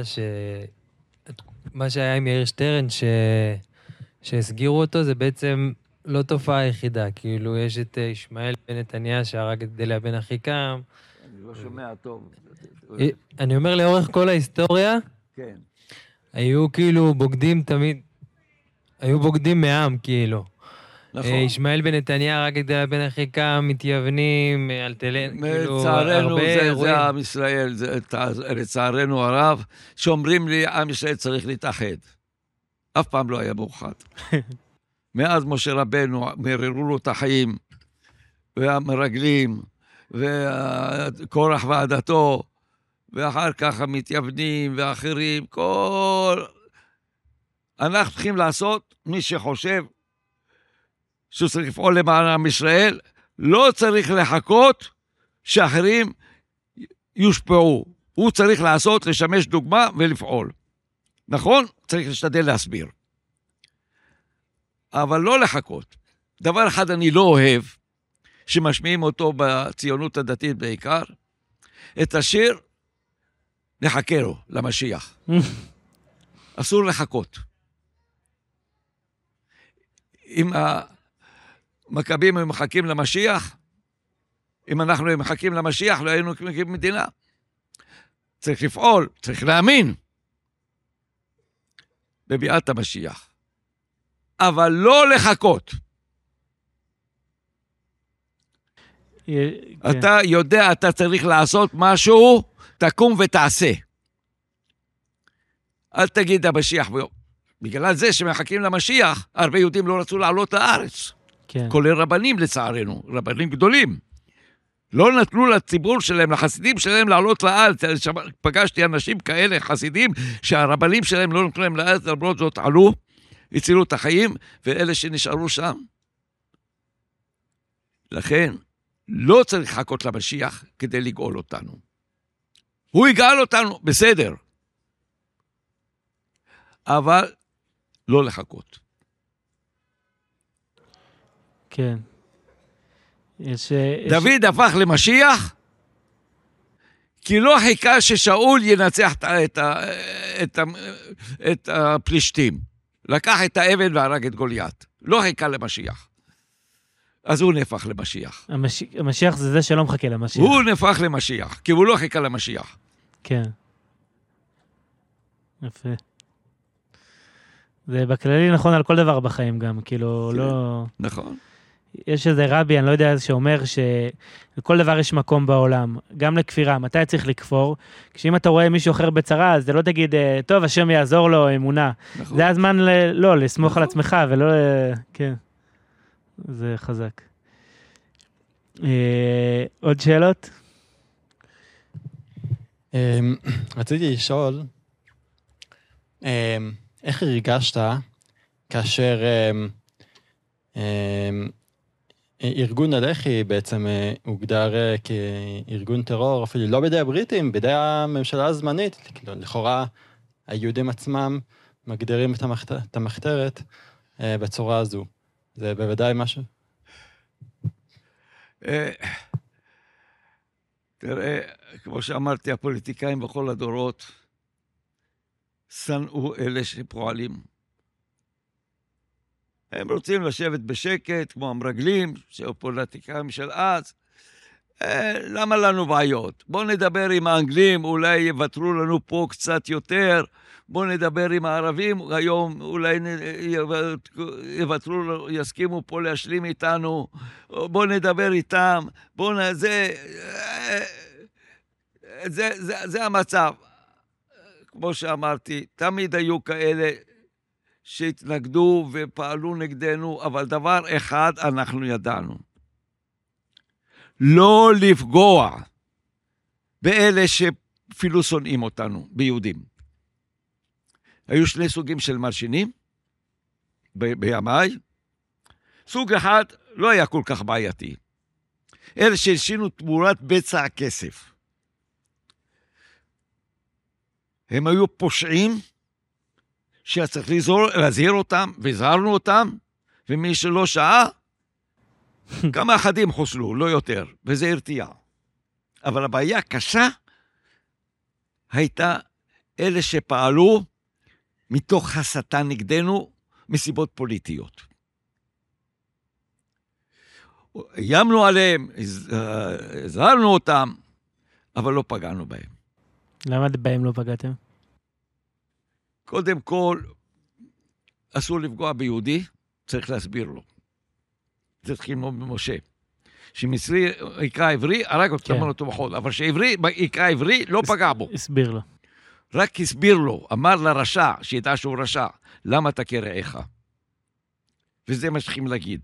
מה שהיה עם יאיר שטרן, שהסגירו אותו, זה בעצם לא תופעה היחידה. כאילו, יש את ישמעאל בן נתניה, שהרג את דליה בן אחיקם. אני לא שומע טוב. אני אומר, לאורך כל ההיסטוריה, כן. היו כאילו בוגדים תמיד, היו בוגדים מעם, כאילו. נכון. ישמעאל בן נתניה, רק את דליה בן אחיקם, מתייוונים, כאילו, לצערנו, הרבה אירועים. זה עם ישראל, לצערנו הרב, שאומרים לי, עם ישראל צריך להתאחד. אף פעם לא היה מאוחד. מאז משה רבנו, מררו לו את החיים, והמרגלים, וקורח ועדתו, ואחר כך המתייוונים ואחרים, אנחנו צריכים לעשות, מי שחושב שהוא צריך לפעול למען עם ישראל, לא צריך לחכות שאחרים יושפעו. הוא צריך לעשות, לשמש דוגמה ולפעול. נכון? צריך להשתדל להסביר. אבל לא לחכות. דבר אחד אני לא אוהב, שמשמיעים אותו בציונות הדתית בעיקר, את השיר, נחכה לו, למשיח. אסור לחכות. אם המכבים הם מחכים למשיח, אם אנחנו מחכים למשיח, לא היינו מקימים מדינה. צריך לפעול, צריך להאמין בביאת המשיח. אבל לא לחכות. אתה יודע, אתה צריך לעשות משהו, תקום ותעשה. אל תגיד המשיח, בגלל זה שמחכים למשיח, הרבה יהודים לא רצו לעלות לארץ. כן. כולל רבנים לצערנו, רבנים גדולים. לא נתנו לציבור שלהם, לחסידים שלהם לעלות לארץ. פגשתי אנשים כאלה, חסידים, שהרבנים שלהם לא נתנו להם לארץ, למרות זאת עלו, הצילו את החיים, ואלה שנשארו שם. לכן, לא צריך לחכות למשיח כדי לגאול אותנו. הוא יגאל אותנו, בסדר. אבל לא לחכות. כן. דוד הפך למשיח, כי לא חיכה ששאול ינצח את הפלישתים. לקח את האבן והרג את גוליית. לא חיכה למשיח. אז הוא נהפך למשיח. המשיח זה זה שלא מחכה למשיח. הוא נהפך למשיח, כי הוא לא חיכה למשיח. כן. יפה. זה בכללי נכון על כל דבר בחיים גם, כאילו לא... נכון. יש איזה רבי, אני לא יודע, שאומר שלכל דבר יש מקום בעולם, גם לכפירה, מתי צריך לכפור? כשאם אתה רואה מישהו אחר בצרה, אז זה לא תגיד, טוב, השם יעזור לו, אמונה. נכון. זה הזמן לא, לסמוך נכון. על עצמך, ולא... כן. זה חזק. עוד שאלות? רציתי לשאול, איך הרגשת כאשר ארגון הלח"י בעצם הוגדר כארגון טרור, אפילו לא בידי הבריטים, בידי הממשלה הזמנית, לכאורה היהודים עצמם מגדירים את המחתרת בצורה הזו. זה בוודאי משהו. תראה, כמו שאמרתי, הפוליטיקאים בכל הדורות שנאו אלה שפועלים. הם רוצים לשבת בשקט, כמו המרגלים, שהפוליטיקאים של אז. למה לנו בעיות? בואו נדבר עם האנגלים, אולי יוותרו לנו פה קצת יותר. בואו נדבר עם הערבים, היום אולי יוותרו, יסכימו פה להשלים איתנו. בואו נדבר איתם. זה המצב. כמו שאמרתי, תמיד היו כאלה שהתנגדו ופעלו נגדנו, אבל דבר אחד אנחנו ידענו. לא לפגוע באלה שאפילו שונאים אותנו, ביהודים. היו שני סוגים של מלשינים בימיי. סוג אחד לא היה כל כך בעייתי. אלה שהלשינו תמורת בצע כסף. הם היו פושעים שצריך להזהיר אותם, והזהרנו אותם, ומי שלא שעה, כמה אחדים חוסלו, לא יותר, וזה הרתיע. אבל הבעיה הקשה הייתה אלה שפעלו מתוך הסתה נגדנו מסיבות פוליטיות. איימנו עליהם, הזהרנו אותם, אבל לא פגענו בהם. למה בהם לא פגעתם? קודם כל, אסור לפגוע ביהודי, צריך להסביר לו. זה התחיל ממשה. שמצרי יקרא עברי, הרג אותו, אמר אותו בחול. אבל שעברי יקרא עברי, לא פגע בו. הסביר לו. רק הסביר לו, אמר לרשע, שידע שהוא רשע, למה אתה כרעך? וזה מה שצריכים להגיד.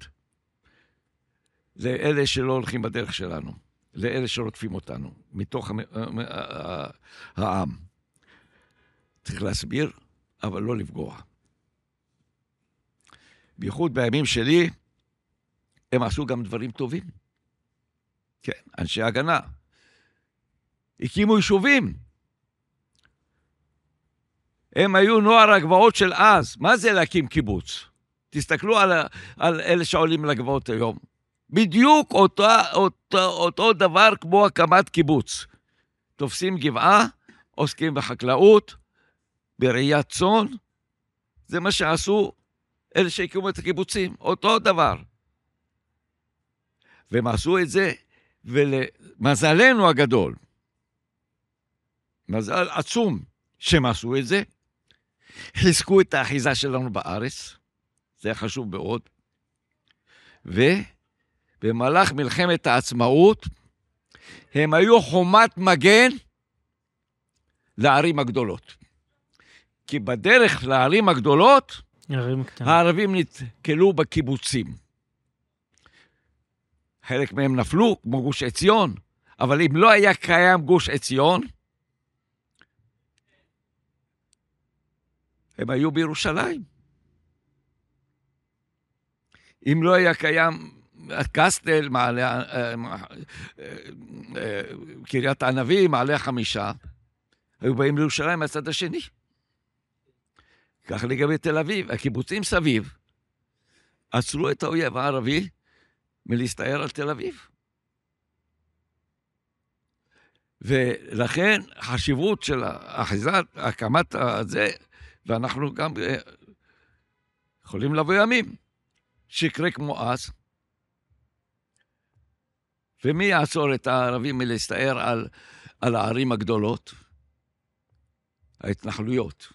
לאלה שלא הולכים בדרך שלנו, לאלה שרודפים אותנו, מתוך העם. צריך להסביר, אבל לא לפגוע. בייחוד בימים שלי, הם עשו גם דברים טובים. כן, אנשי הגנה. הקימו יישובים. הם היו נוער הגבעות של אז. מה זה להקים קיבוץ? תסתכלו על אלה שעולים לגבעות היום. בדיוק אותו דבר כמו הקמת קיבוץ. תופסים גבעה, עוסקים בחקלאות, בראיית צאן. זה מה שעשו אלה שהקימו את הקיבוצים. אותו דבר. והם עשו את זה, ולמזלנו הגדול, מזל עצום שהם עשו את זה, חיזקו את האחיזה שלנו בארץ, זה חשוב מאוד, ובמהלך מלחמת העצמאות, הם היו חומת מגן לערים הגדולות. כי בדרך לערים הגדולות, הערבים נתקלו בקיבוצים. חלק מהם נפלו, כמו גוש עציון, אבל אם לא היה קיים גוש עציון, הם היו בירושלים. אם לא היה קיים קסטל, קריית הענבים, מעלה 5, היו באים לירושלים מהצד השני. כך לגבי תל אביב, הקיבוצים סביב, עצרו את האויב הערבי, מלהסתער על תל אביב. ולכן חשיבות של האחיזת, הקמת הזה, ואנחנו גם יכולים לבוא ימים, שיקרה כמו אז, ומי יעצור את הערבים מלהסתער על הערים הגדולות? ההתנחלויות.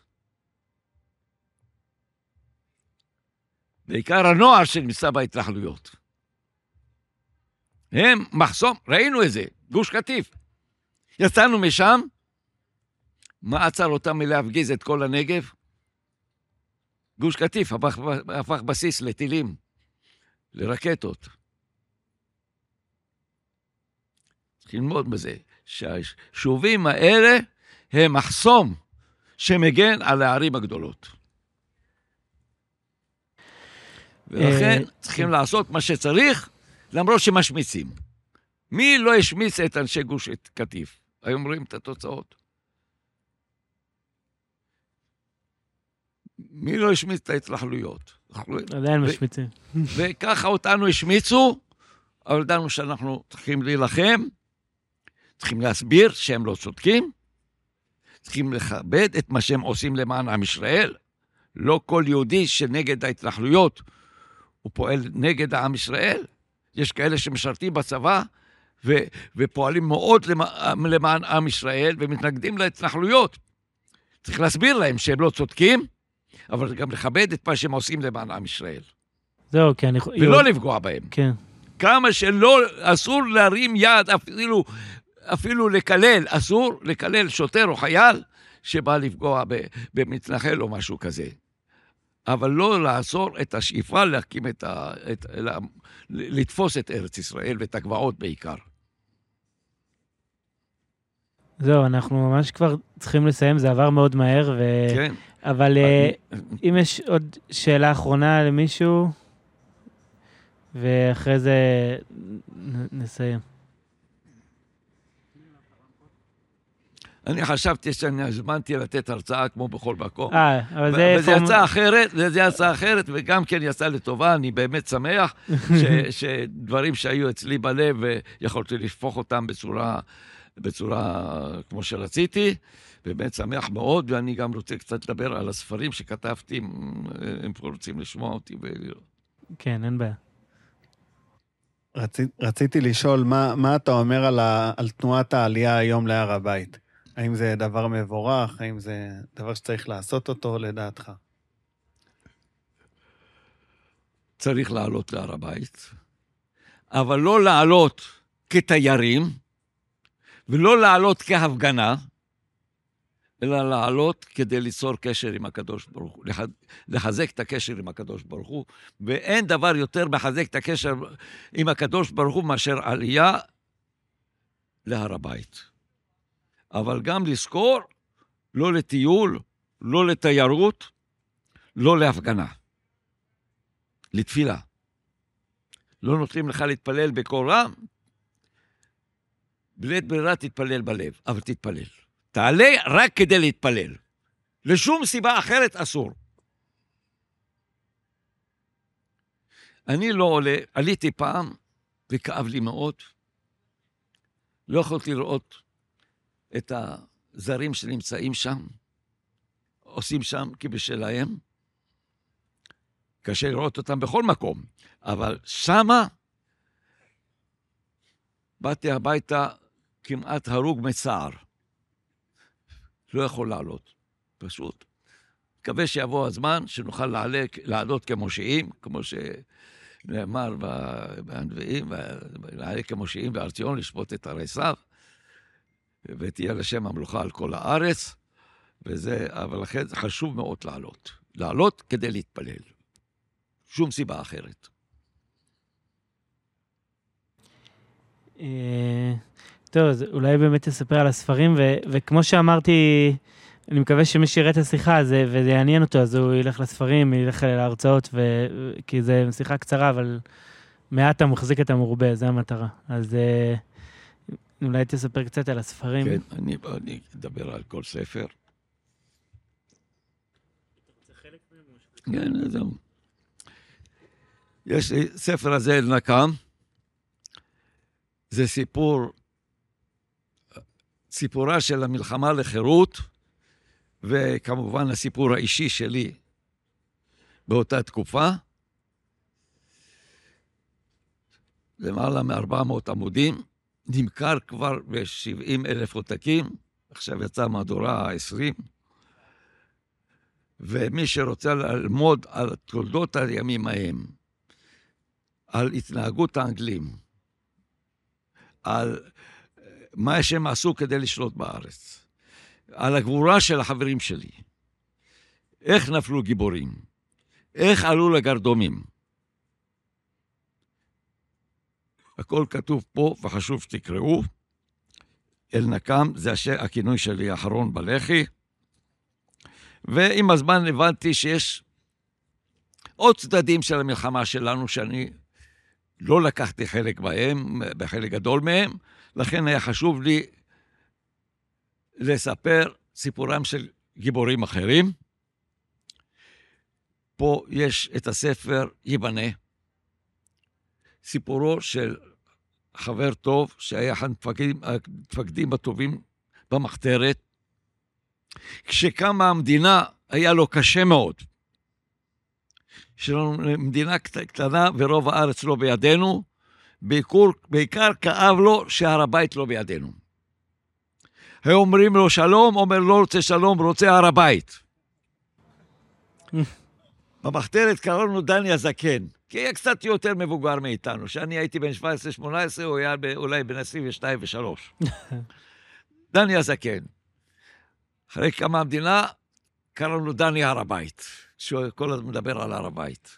בעיקר הנוער שנמצא בהתנחלויות. הם מחסום, ראינו את זה, גוש קטיף. יצאנו משם, מה עצר אותם מלהפגיז את כל הנגב? גוש קטיף הפך בסיס לטילים, לרקטות. צריך ללמוד בזה, שהיישובים האלה הם מחסום שמגן על הערים הגדולות. ולכן צריכים לעשות מה שצריך, למרות שמשמיצים. מי לא השמיץ את אנשי גוש קטיף? היום רואים את התוצאות. מי לא השמיץ את ההתנחלויות? עדיין משמיצים. וככה אותנו השמיצו, אבל ידענו שאנחנו צריכים להילחם, צריכים להסביר שהם לא צודקים, צריכים לכבד את מה שהם עושים למען עם ישראל. לא כל יהודי שנגד ההתנחלויות הוא פועל נגד העם ישראל. יש כאלה שמשרתים בצבא ופועלים מאוד למען עם ישראל ומתנגדים להתנחלויות. צריך להסביר להם שהם לא צודקים, אבל גם לכבד את מה שהם עושים למען עם ישראל. זהו, כן. ולא לפגוע בהם. כן. כמה שלא, אסור להרים יד, אפילו לקלל, אסור לקלל שוטר או חייל שבא לפגוע במתנחל או משהו כזה. אבל לא לעצור את השאיפה להקים לתפוס את ארץ ישראל ואת הגבעות בעיקר. זהו, אנחנו ממש כבר צריכים לסיים, זה עבר מאוד מהר, כן. אבל אם יש עוד שאלה אחרונה למישהו, ואחרי זה נסיים. אני חשבתי שאני הזמנתי לתת הרצאה כמו בכל מקום. אבל זה... וזה יצא אחרת, וגם כן יצא לטובה, אני באמת שמח שדברים שהיו אצלי בלב, ויכולתי לשפוך אותם בצורה כמו שרציתי, באמת שמח מאוד, ואני גם רוצה קצת לדבר על הספרים שכתבתי, אם רוצים לשמוע אותי. כן, אין בעיה. רציתי לשאול, מה אתה אומר על תנועת העלייה היום להר הבית? האם זה דבר מבורך? האם זה דבר שצריך לעשות אותו לדעתך? צריך לעלות להר הבית, אבל לא לעלות כתיירים, ולא לעלות כהפגנה, אלא לעלות כדי ליצור קשר עם הקדוש ברוך הוא, לחזק את הקשר עם הקדוש ברוך הוא, ואין דבר יותר מחזק את הקשר עם הקדוש ברוך הוא מאשר עלייה להר הבית. אבל גם לזכור, לא לטיול, לא לתיירות, לא להפגנה, לתפילה. לא נותנים לך להתפלל בקול רם, בלית ברירה תתפלל בלב, אבל תתפלל. תעלה רק כדי להתפלל. לשום סיבה אחרת אסור. אני לא עולה, עליתי פעם, וכאב לי מאוד. לא יכולתי לראות את הזרים שנמצאים שם, עושים שם כבשלהם. קשה לראות אותם בכל מקום, אבל שמה באתי הביתה כמעט הרוג מצער. לא יכול לעלות, פשוט. מקווה שיבוא הזמן שנוכל לעלות כמושיעים, כמו שנאמר בנביאים, לעלה כמושיעים באר ציון, לשפוט את עריסיו, ותהיה לשם המלוכה על כל הארץ, אבל לכן זה חשוב מאוד לעלות. לעלות כדי להתפלל. שום סיבה אחרת. טוב, אז אולי באמת תספר על הספרים, וכמו שאמרתי, אני מקווה שמי שיראה את השיחה וזה יעניין אותו, אז הוא ילך לספרים, ילך להרצאות, כי זו שיחה קצרה, אבל מעט המחזיק את המרובה, זה המטרה. אז אולי תספר קצת על הספרים. כן, אני אדבר על כל ספר. כן, זהו. יש לי ספר הזה, אל-נקם, זה סיפורה של המלחמה לחירות, וכמובן הסיפור האישי שלי באותה תקופה. למעלה מ-400 עמודים, נמכר כבר ב-70,000 עותקים, עכשיו יצא מהדורה ה-20, ומי שרוצה ללמוד על תולדות הימים ההם, על התנהגות האנגלים, על מה שהם עשו כדי לשלוט בארץ, על הגבורה של החברים שלי, איך נפלו גיבורים, איך עלו לגרדומים. הכל כתוב פה וחשוב שתקראו. אל-נקם זה הכינוי שלי האחרון בלח"י, ועם הזמן הבנתי שיש עוד צדדים של המלחמה שלנו שאני לא לקחתי חלק בהם, בחלק גדול מהם, לכן היה חשוב לי לספר סיפורם של גיבורים אחרים. פה יש את הספר ייבנה, סיפורו של חבר טוב, שהיה אחד המפקדים הטובים במחתרת. כשקמה המדינה, היה לו קשה מאוד. שלנו מדינה קטנה ורוב הארץ לא בידינו, בעיקר כאב לו שהר הבית לא בידינו. היו אומרים לו שלום, אומר לא רוצה שלום, רוצה הר הבית. במחתרת קראו לנו דני הזקן, כי היה קצת יותר מבוגר מאיתנו, שאני הייתי בן 17-18, הוא היה אולי בין 22 ו-3. דני הזקן. אחרי כמה המדינה, קראו לנו דני הר הבית, שכל הזמן מדבר על הר הבית.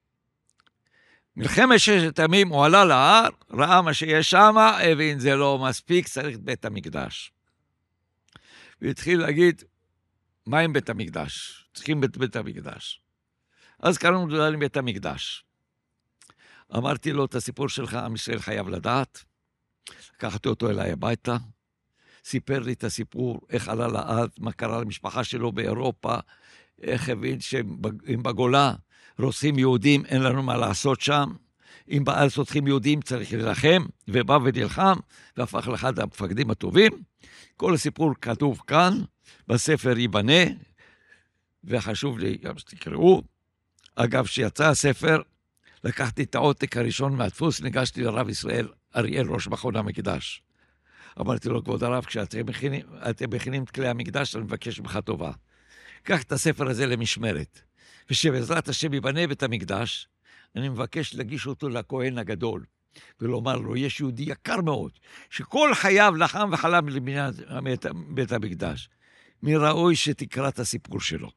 מלחמת ששת הימים, הוא עלה להר, ראה מה שיש שם, הבין זה לא מספיק, צריך את בית המקדש. והתחיל להגיד, מה עם בית המקדש? צריכים בית המקדש. אז קראנו לדבר בית המקדש. אמרתי לו, את הסיפור שלך, עם ישראל חייב לדעת. לקחתי אותו אליי הביתה, סיפר לי את הסיפור, איך עלה לארץ, מה קרה למשפחה שלו באירופה, איך הבין שאם בגולה רוצים יהודים, אין לנו מה לעשות שם. אם בארץ רוצים יהודים, צריך להילחם, ובא ונלחם, והפך לאחד המפקדים הטובים. כל הסיפור כתוב כאן, בספר ייבנה, וחשוב לי גם שתקראו. אגב, שיצא הספר, לקחתי את העותק הראשון מהדפוס, ניגשתי לרב ישראל אריאל, ראש מכון המקדש. אמרתי לו, כבוד הרב, כשאתם מכינים את כלי המקדש, אני מבקש ממך טובה. קח את הספר הזה למשמרת, ושבעזרת השם ייבנה בית המקדש, אני מבקש להגיש אותו לכהן הגדול, ולומר לו, יש יהודי יקר מאוד, שכל חייו לחם וחלם לבניית בית המקדש. מי ראוי שתקרא את הסיפור שלו.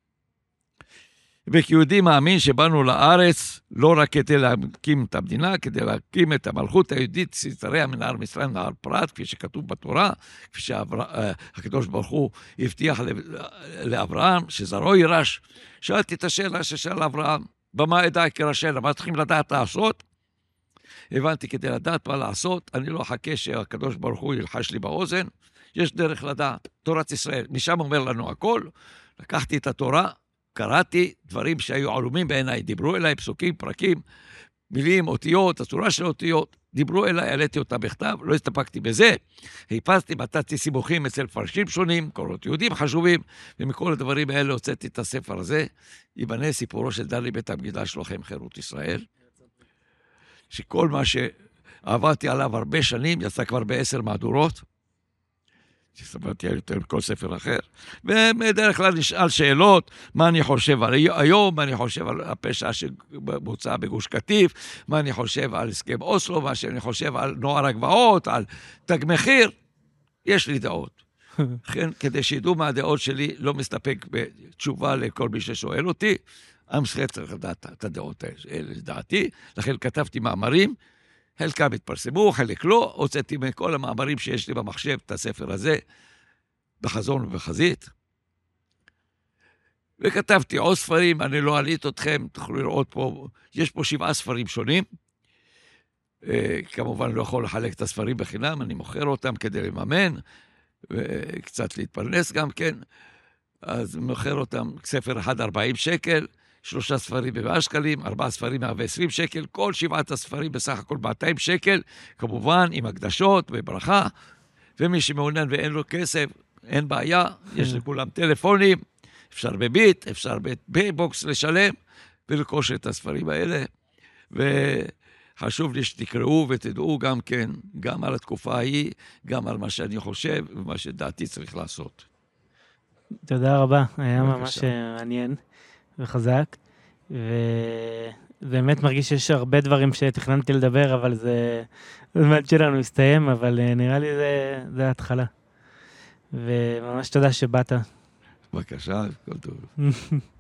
וכיהודי מאמין שבאנו לארץ, לא רק כדי להקים את המדינה, כדי להקים את המלכות היהודית, סיצריה מן הר מצרים נהר פרת, כפי שכתוב בתורה, כפי שהקדוש ברוך הוא הבטיח לאברהם, שזרעו יירש. שאלתי את השאלה ששאל אברהם, במה אדע כרשנה, מה צריכים לדעת לעשות? הבנתי, כדי לדעת מה לעשות, אני לא אחכה שהקדוש ברוך הוא ילחש לי באוזן, יש דרך לדעת, תורת ישראל, משם אומר לנו הכל, לקחתי את התורה, קראתי דברים שהיו עלומים בעיניי, דיברו אליי פסוקים, פרקים, מילים, אותיות, הצורה של אותיות, דיברו אליי, העליתי אותה בכתב, לא הסתפקתי בזה, חיפשתי, מצאתי סימוכים אצל פרשים שונים, קורות יהודים חשובים, ומכל הדברים האלה הוצאתי את הספר הזה, ייבנה סיפורו של דני בית המקדש לוחם חירות ישראל, שכל מה שעבדתי עליו הרבה שנים, יצא כבר ב10 מהדורות, שסברתי יותר מכל ספר אחר, ובדרך כלל נשאל שאלות, מה אני חושב על היום, מה אני חושב על הפשע שבוצע בגוש קטיף, מה אני חושב על הסכם אוסלו, מה שאני חושב על נוער הגבעות, על תג מחיר, יש לי דעות. לכן, כדי שידעו מה הדעות שלי, לא מסתפק בתשובה לכל מי ששואל אותי, עם ישראל צריך לדעת את הדעות האלה, לדעתי, לכן כתבתי מאמרים, חלקם התפרסמו, חלק לא, הוצאתי מכל המאמרים שיש לי במחשב את הספר הזה, בחזון ובחזית. וכתבתי עוד ספרים, אני לא אעליט אתכם, תוכלו לראות פה, יש פה 7 ספרים שונים. כמובן לא יכול לחלק את הספרים בחינם, אני מוכר אותם כדי לממן, וקצת להתפרנס גם כן. אז מוכר אותם, ספר אחד 40 שקל, 3 ספרים ב100 שקלים, 4 ספרים 120 שקל, כל 7 הספרים בסך הכל 200 שקל, כמובן עם הקדשות וברכה, ומי שמעוניין ואין לו כסף, אין בעיה, יש לכולם טלפונים, אפשר בביט, אפשר בבוקס לשלם, ולקוש את הספרים האלה, וחשוב לי שתקראו ותדעו גם כן, גם על התקופה ההיא, גם על מה שאני חושב, ומה שדעתי צריך לעשות. תודה רבה, היה ממש מעניין. וחזק, ובאמת מרגיש שיש הרבה דברים שתכננתי לדבר, אבל זה הזמן שלנו הסתיים, אבל נראה לי זה ההתחלה. וממש תודה שבאת. בבקשה, כל טוב.